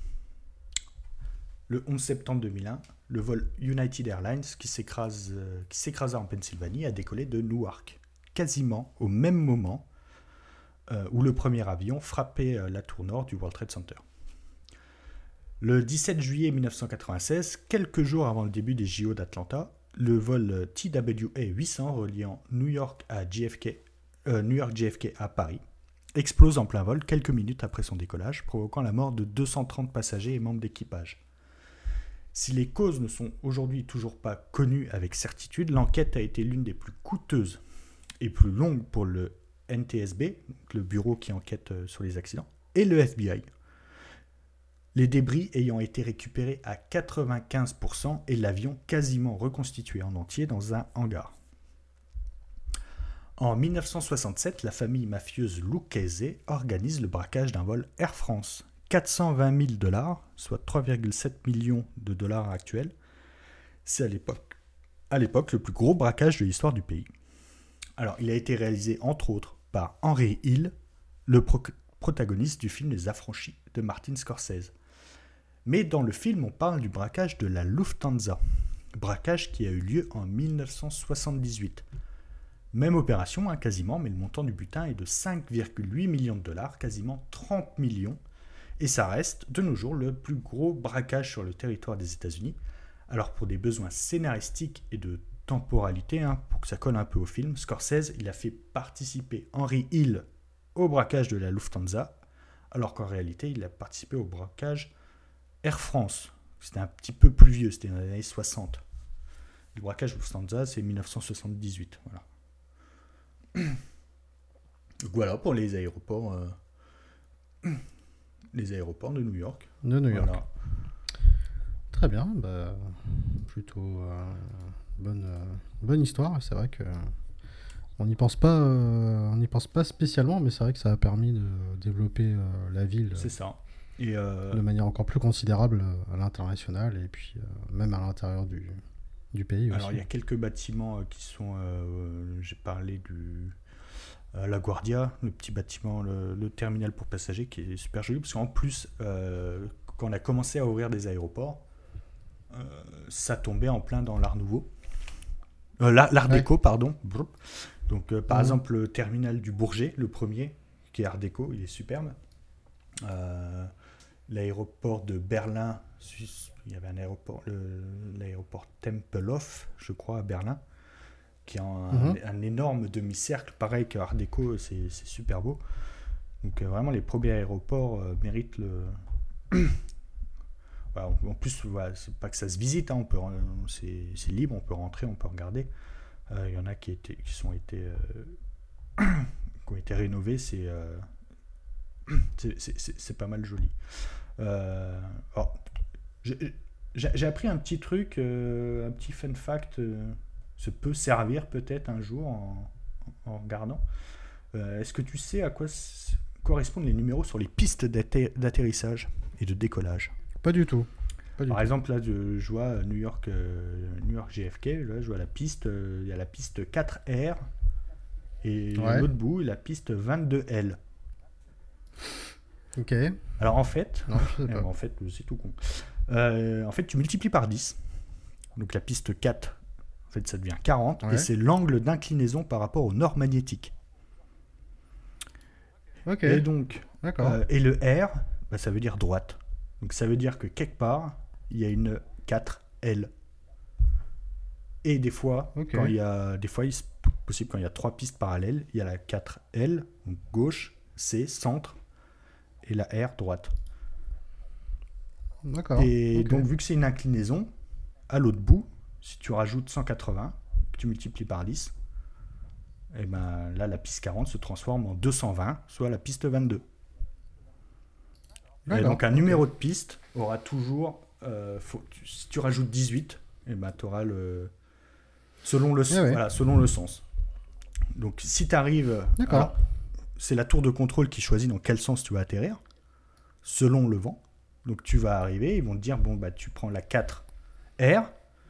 Le 11 septembre 2001, le vol United Airlines qui s'écrasa en Pennsylvanie a décollé de Newark, quasiment au même moment où le premier avion frappait la tour nord du World Trade Center. Le 17 juillet 1996, quelques jours avant le début des JO d'Atlanta, le vol TWA 800 reliant New York JFK à Paris explose en plein vol quelques minutes après son décollage, provoquant la mort de 230 passagers et membres d'équipage. Si les causes ne sont aujourd'hui toujours pas connues avec certitude, l'enquête a été l'une des plus coûteuses et plus longues pour le NTSB, le bureau qui enquête sur les accidents, et le FBI. Les débris ayant été récupérés à 95% et l'avion quasiment reconstitué en entier dans un hangar. En 1967, la famille mafieuse Lucchese organise le braquage d'un vol Air France. 420 000 $, soit 3,7 millions de dollars actuels. C'est à l'époque le plus gros braquage de l'histoire du pays. Alors, il a été réalisé entre autres par Henry Hill, le protagoniste du film Les Affranchis de Martin Scorsese. Mais dans le film, on parle du braquage de la Lufthansa, braquage qui a eu lieu en 1978. Même opération, quasiment, mais le montant du butin est de 5,8 millions de dollars, quasiment 30 millions. Et ça reste, de nos jours, le plus gros braquage sur le territoire des États-Unis. Alors, pour des besoins scénaristiques et de temporalité, pour que ça colle un peu au film, Scorsese, il a fait participer Henry Hill au braquage de la Lufthansa, alors qu'en réalité, il a participé au braquage Air France. C'était un petit peu plus vieux, c'était dans les années 60. Le braquage Lufthansa, c'est 1978. Voilà. Donc voilà pour les aéroports de New York. De New York. Voilà. Très bien, plutôt bonne histoire. C'est vrai que on n'y pense pas spécialement, mais c'est vrai que ça a permis de développer la ville. C'est ça. Et de manière encore plus considérable à l'international et puis même à l'intérieur du pays aussi. Alors il y a quelques bâtiments qui sont, j'ai parlé La Guardia, le petit bâtiment, le terminal pour passagers qui est super joli, parce qu'en plus, quand on a commencé à ouvrir des aéroports, ça tombait en plein dans l'Art Nouveau. L'Art Déco, pardon. Donc par exemple, le terminal du Bourget, le premier, qui est Art Déco, il est superbe. L'aéroport de Berlin, il y avait un aéroport, l'aéroport Tempelhof, je crois, à Berlin, qui a un énorme demi-cercle, pareil que Art Déco, c'est super beau. Donc vraiment, les premiers aéroports méritent le... Voilà, en plus, voilà, c'est pas que ça se visite, hein, c'est libre, on peut rentrer, on peut regarder. Il y en a qui ont été rénovés, c'est pas mal joli. Alors, j'ai appris un petit truc, un petit fun fact, ça peut servir peut-être un jour en regardant. Est-ce que tu sais à quoi correspondent les numéros sur les pistes d'atterrissage et de décollage? Pas du tout. Par exemple, là, je vois New York JFK, là, je vois la piste, il y a la piste 4R et l'autre bout, la piste 22L. Ok. Alors en fait, non, je sais pas. En fait, c'est tout con. En fait, tu multiplies par 10. Donc la piste 4, en fait, ça devient 40. Et c'est l'angle d'inclinaison par rapport au nord magnétique. Ok. Et donc, d'accord. Et le R, ça veut dire droite. Donc ça veut dire que quelque part, il y a une 4L. Et des fois, quand il y a, c'est possible quand il y a 3 pistes parallèles, il y a la 4L, donc gauche, C, centre, et la R, droite. D'accord. Et donc, vu que c'est une inclinaison, à l'autre bout, si tu rajoutes 180, que tu multiplies par 10, et ben là, la piste 40 se transforme en 220, soit la piste 22. Et donc, un numéro de piste aura toujours... si tu rajoutes 18, et ben, tu auras le... Selon le sens. Donc, si tu arrives... Alors, c'est la tour de contrôle qui choisit dans quel sens tu vas atterrir, selon le vent. Donc, tu vas arriver, ils vont te dire, bon, bah, tu prends la 4R,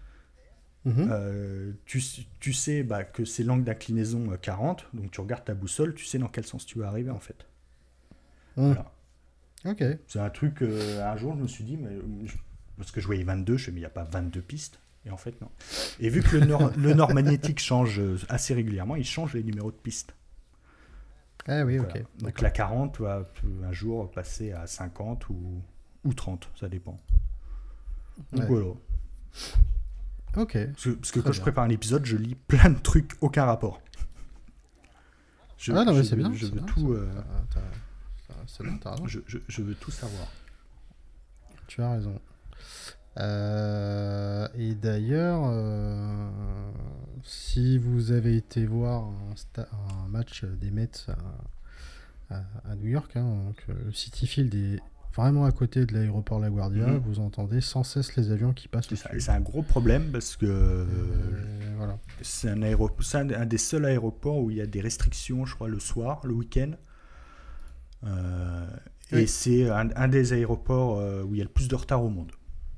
tu sais que c'est l'angle d'inclinaison 40, donc tu regardes ta boussole, tu sais dans quel sens tu vas arriver, en fait. Voilà. Ok. C'est un truc, un jour, je me suis dit, parce que je voyais 22, je me suis dit, mais il n'y a pas 22 pistes. Et en fait, non. Et vu que le nord magnétique change assez régulièrement, il change les numéros de pistes. Ah oui, voilà. ok. Donc la 40 va un jour passer à 50 ou 30, ça dépend. Donc voilà. Ok. Parce que quand je prépare un épisode, je lis plein de trucs, aucun rapport. mais c'est bien. Je veux tout. C'est bien, t'as raison. Je veux tout savoir. Tu as raison. Et d'ailleurs, si vous avez été voir un match des Mets à New York, donc, le Citi Field est vraiment à côté de l'aéroport LaGuardia, vous entendez sans cesse les avions qui passent dessus. C'est un gros problème parce que voilà. C'est un des seuls aéroports où il y a des restrictions, je crois, le soir, le week-end. Et c'est un des aéroports où il y a le plus de retard au monde.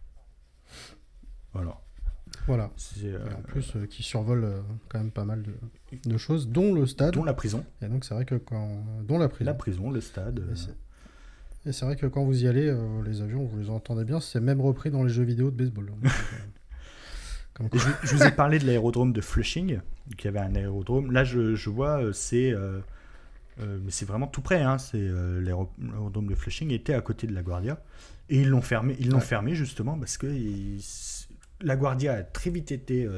Voilà. Et en plus, qui survole quand même pas mal de choses, dont le stade. Dont la prison. Et donc, c'est vrai que dont la prison. La prison, le stade. Et c'est vrai que quand vous y allez, les avions, vous les entendez bien. C'est même repris dans les jeux vidéo de baseball. Donc, je vous ai parlé de l'aérodrome de Flushing, qui avait un aérodrome. Là, je vois, mais c'est vraiment tout près. C'est l'aérodrome de Flushing était à côté de LaGuardia. Et ils l'ont fermé. Ils l'ont fermé justement parce que LaGuardia a très vite été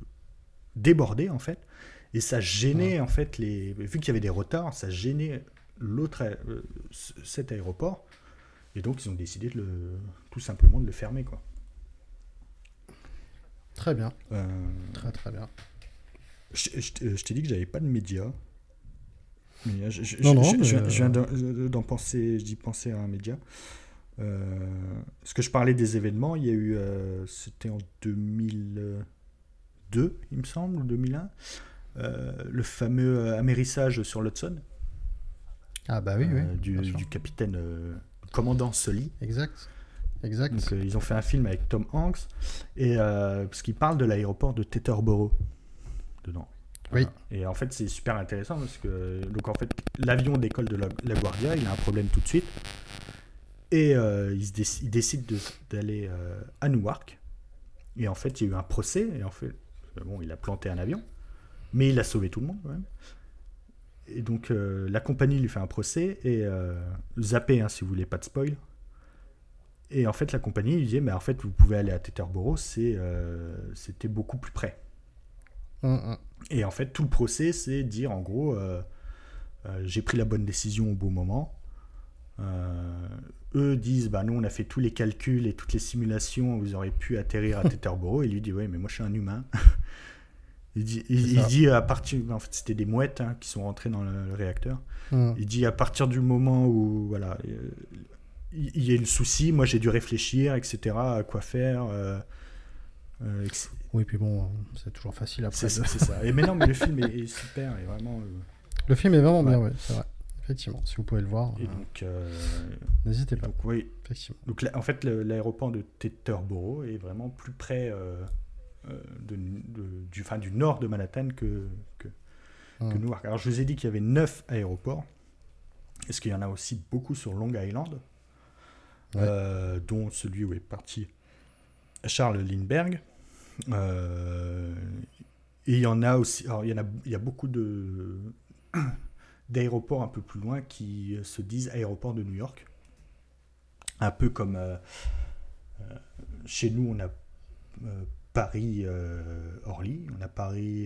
débordée en fait, et ça gênait en fait vu qu'il y avait des retards, ça gênait cet aéroport. Et donc, ils ont décidé tout simplement de le fermer, quoi. Très bien. Très très bien. Je t'ai dit que j'avais pas de médias. Mais je viens d'y penser à un média. Parce que je parlais des événements, il y a eu, c'était en 2002, il me semble, ou 2001, le fameux amérissage sur l'Hudson. Ah bah oui, du capitaine commandant Sully. Exact. Donc, ils ont fait un film avec Tom Hanks, et parce qu'il parle de l'aéroport de Teterboro dedans. Oui. Et en fait, c'est super intéressant parce que donc en fait, l'avion décolle de la Guardia, il a un problème tout de suite, et il décide d'aller à Newark. Et en fait, il y a eu un procès, et en fait, bon, il a planté un avion, mais il a sauvé tout le monde quand même. Et donc, la compagnie lui fait un procès, et zappez, si vous voulez pas de spoil. Et en fait, la compagnie lui dit, mais en fait, vous pouvez aller à Teterboro, c'était beaucoup plus près. Et en fait, tout le procès, c'est dire en gros, j'ai pris la bonne décision au bon moment. Eux disent, nous on a fait tous les calculs et toutes les simulations, vous auriez pu atterrir à Teterboro. Et lui dit, ouais, mais moi je suis un humain. il dit à partir, en fait, c'était des mouettes qui sont rentrées dans le réacteur. Il dit, à partir du moment où voilà, il y a eu le souci, moi j'ai dû réfléchir, etc., à quoi faire. Oui, puis bon, c'est toujours facile après. C'est ça. Et mais non, mais le film est super, et vraiment. Le film est vraiment bien, ouais, c'est vrai. Effectivement, si vous pouvez le voir. Et donc, n'hésitez pas. Donc, oui. Effectivement. Donc là, en fait, l'aéroport de Teterboro est vraiment plus près du nord de Manhattan que Newark. Alors, je vous ai dit qu'il y avait 9 aéroports. Est-ce qu'il y en a aussi beaucoup sur Long Island, dont celui où est parti Charles Lindbergh. Et il y en a aussi. Alors, il y a beaucoup d'aéroports un peu plus loin qui se disent aéroport de New York. Un peu comme chez nous, on a Paris-Orly, on a Paris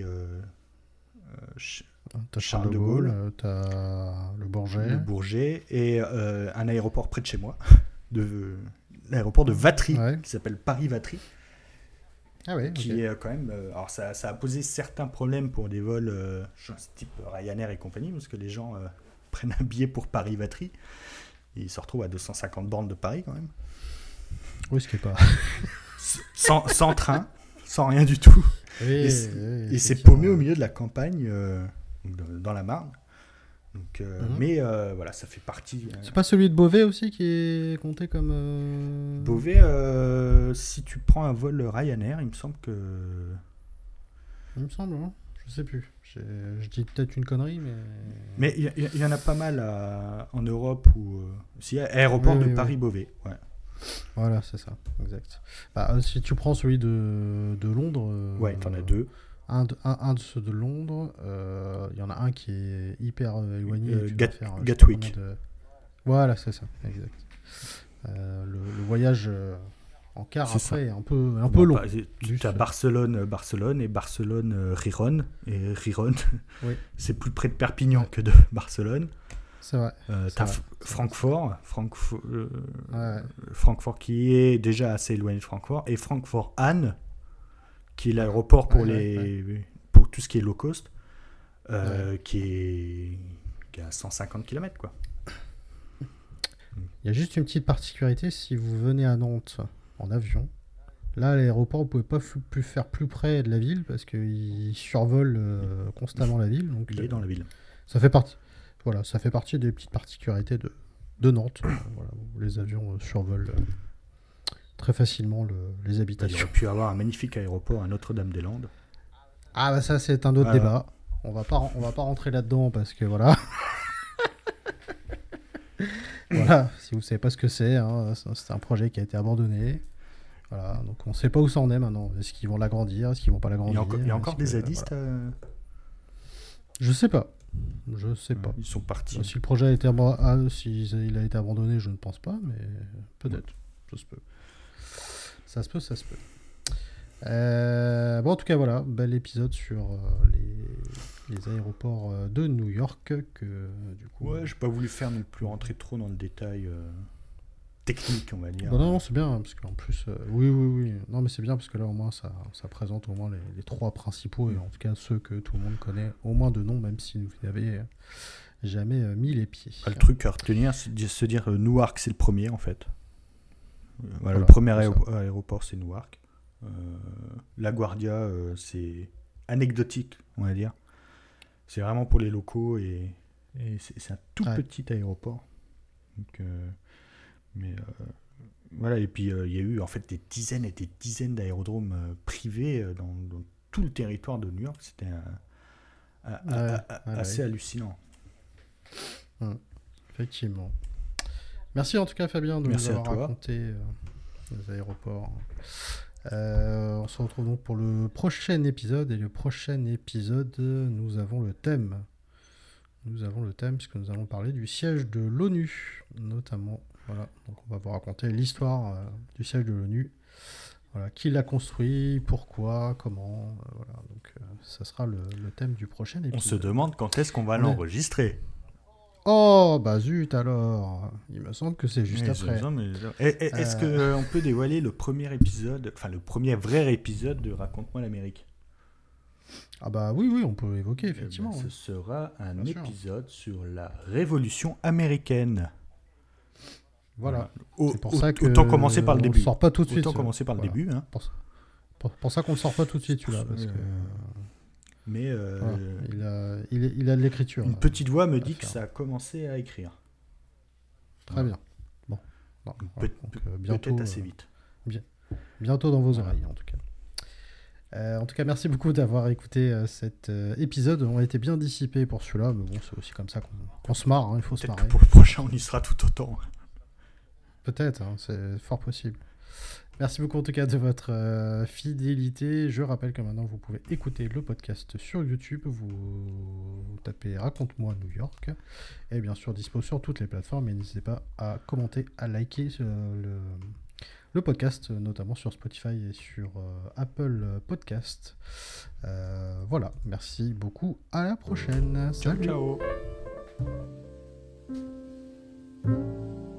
Charles de Gaulle, t'as le Bourget, et un aéroport près de chez moi, l'aéroport de Vatry, qui s'appelle Paris-Vatry. Ah oui, qui est quand même. Alors, ça a posé certains problèmes pour des vols type Ryanair et compagnie, parce que les gens prennent un billet pour Paris-Vatry. Et ils se retrouvent à 250 bornes de Paris, quand même. Oui, ce qui est pas. sans train, sans rien du tout. Et c'est paumé au milieu de la campagne, dans la Marne. Donc, mais voilà, ça fait partie. C'est pas celui de Beauvais aussi qui est compté comme. Beauvais, si tu prends un vol Ryanair, il me semble que. Il me semble, hein. Je sais plus. Je dis peut-être une connerie, mais. Mais il y en a pas mal en Europe où. Si, aéroport de Paris-Beauvais. Ouais. Voilà, c'est ça, exact. Si tu prends celui de Londres. Ouais, t'en as 2. Un de ceux de Londres, il y en a un qui est hyper éloigné. Gatwick. Voilà, c'est ça, exact. Le voyage en car après est un peu long. Tu as Barcelone et Barcelone-Riron. Et Riron, c'est plus près de Perpignan que de Barcelone. C'est vrai. T'as Francfort qui est déjà assez éloigné de Francfort, et Francfort-Hahn, qui est l'aéroport pour tout ce qui est low cost, qui est à 150 km, quoi. Il y a juste une petite particularité, si vous venez à Nantes en avion, là à l'aéroport vous pouvez pas plus faire plus près de la ville parce qu'il survole constamment la ville. Donc, il est dans la ville. Ça fait partie des petites particularités de Nantes. Voilà, où les avions survolent très facilement les habitations. Il aurait pu avoir un magnifique aéroport à Notre-Dame-des-Landes. Ah bah ça c'est un autre débat. On va pas rentrer là-dedans parce que voilà. Voilà, si vous savez pas ce que c'est, c'est un projet qui a été abandonné. Voilà, donc on sait pas où ça en est maintenant. Est-ce qu'ils vont l'agrandir, est-ce qu'ils vont pas l'agrandir? Il y a encore des zadistes. Je sais pas. Ils sont partis. Si le projet a été s'il a été abandonné, je ne pense pas, mais peut-être. Ça se peut. Bon, en tout cas, voilà, bel épisode sur les aéroports de New York que du coup. Ouais, j'ai pas voulu faire non plus rentrer trop dans le détail technique, on va dire. Bah non, c'est bien hein, parce qu'en plus, oui. Non, mais c'est bien parce que là au moins ça présente au moins les trois principaux et en tout cas ceux que tout le monde connaît au moins de nom, même si vous n'avez jamais mis les pieds. Le truc à retenir, c'est de se dire Newark, c'est le premier en fait. Voilà, le Voilà, premier c'est ça. aéroport, c'est Newark. LaGuardia, c'est anecdotique, on va dire. C'est vraiment pour les locaux et c'est un tout Ouais. petit aéroport. Donc, voilà, et puis il y a eu en fait des dizaines et des dizaines d'aérodromes privés dans tout le territoire de New York. C'était assez hallucinant. Effectivement. Merci en tout cas Fabien de Merci nous à avoir toi. raconté les aéroports. On se retrouve donc pour le prochain épisode. Et le prochain épisode, nous avons le thème. Puisque nous allons parler du siège de l'ONU, notamment. Voilà. Donc on va vous raconter l'histoire du siège de l'ONU. Voilà. Qui l'a construit, pourquoi, comment. Voilà. Donc ça sera le thème du prochain épisode. On se demande quand est-ce qu'on va l'enregistrer. Oh, bah zut alors. Il me semble que c'est juste après. Est-ce qu'on peut dévoiler le premier épisode, enfin le premier vrai épisode de Raconte-moi l'Amérique? Ah bah oui, on peut évoquer effectivement. Ce sera un Bien épisode sur la Révolution américaine. Voilà. C'est pour ça que autant commencer par le début. On sort pas tout de suite. Autant commencer par le début. Hein. Pour ça qu'on ne sort pas tout de suite celui-là. Parce que, mais voilà, il a de l'écriture. Une petite voix me dit que ça a commencé à écrire. Très bien. Bon. Bientôt, peut-être assez vite. Bientôt dans vos oreilles en tout cas. En tout cas, merci beaucoup d'avoir écouté cet épisode. On a été bien dissipé pour celui-là, mais bon, c'est aussi comme ça qu'on se marre. Hein, il faut se marrer. Pour le prochain, on y sera tout autant. Peut-être, hein, c'est fort possible. Merci beaucoup en tout cas de votre fidélité. Je rappelle que maintenant vous pouvez écouter le podcast sur YouTube. Vous tapez Raconte-moi New York. Et bien sûr, dispo sur toutes les plateformes. Et n'hésitez pas à commenter, à liker le podcast, notamment sur Spotify et sur Apple Podcast. Voilà, merci beaucoup. À la prochaine. Ciao, Salut. ciao.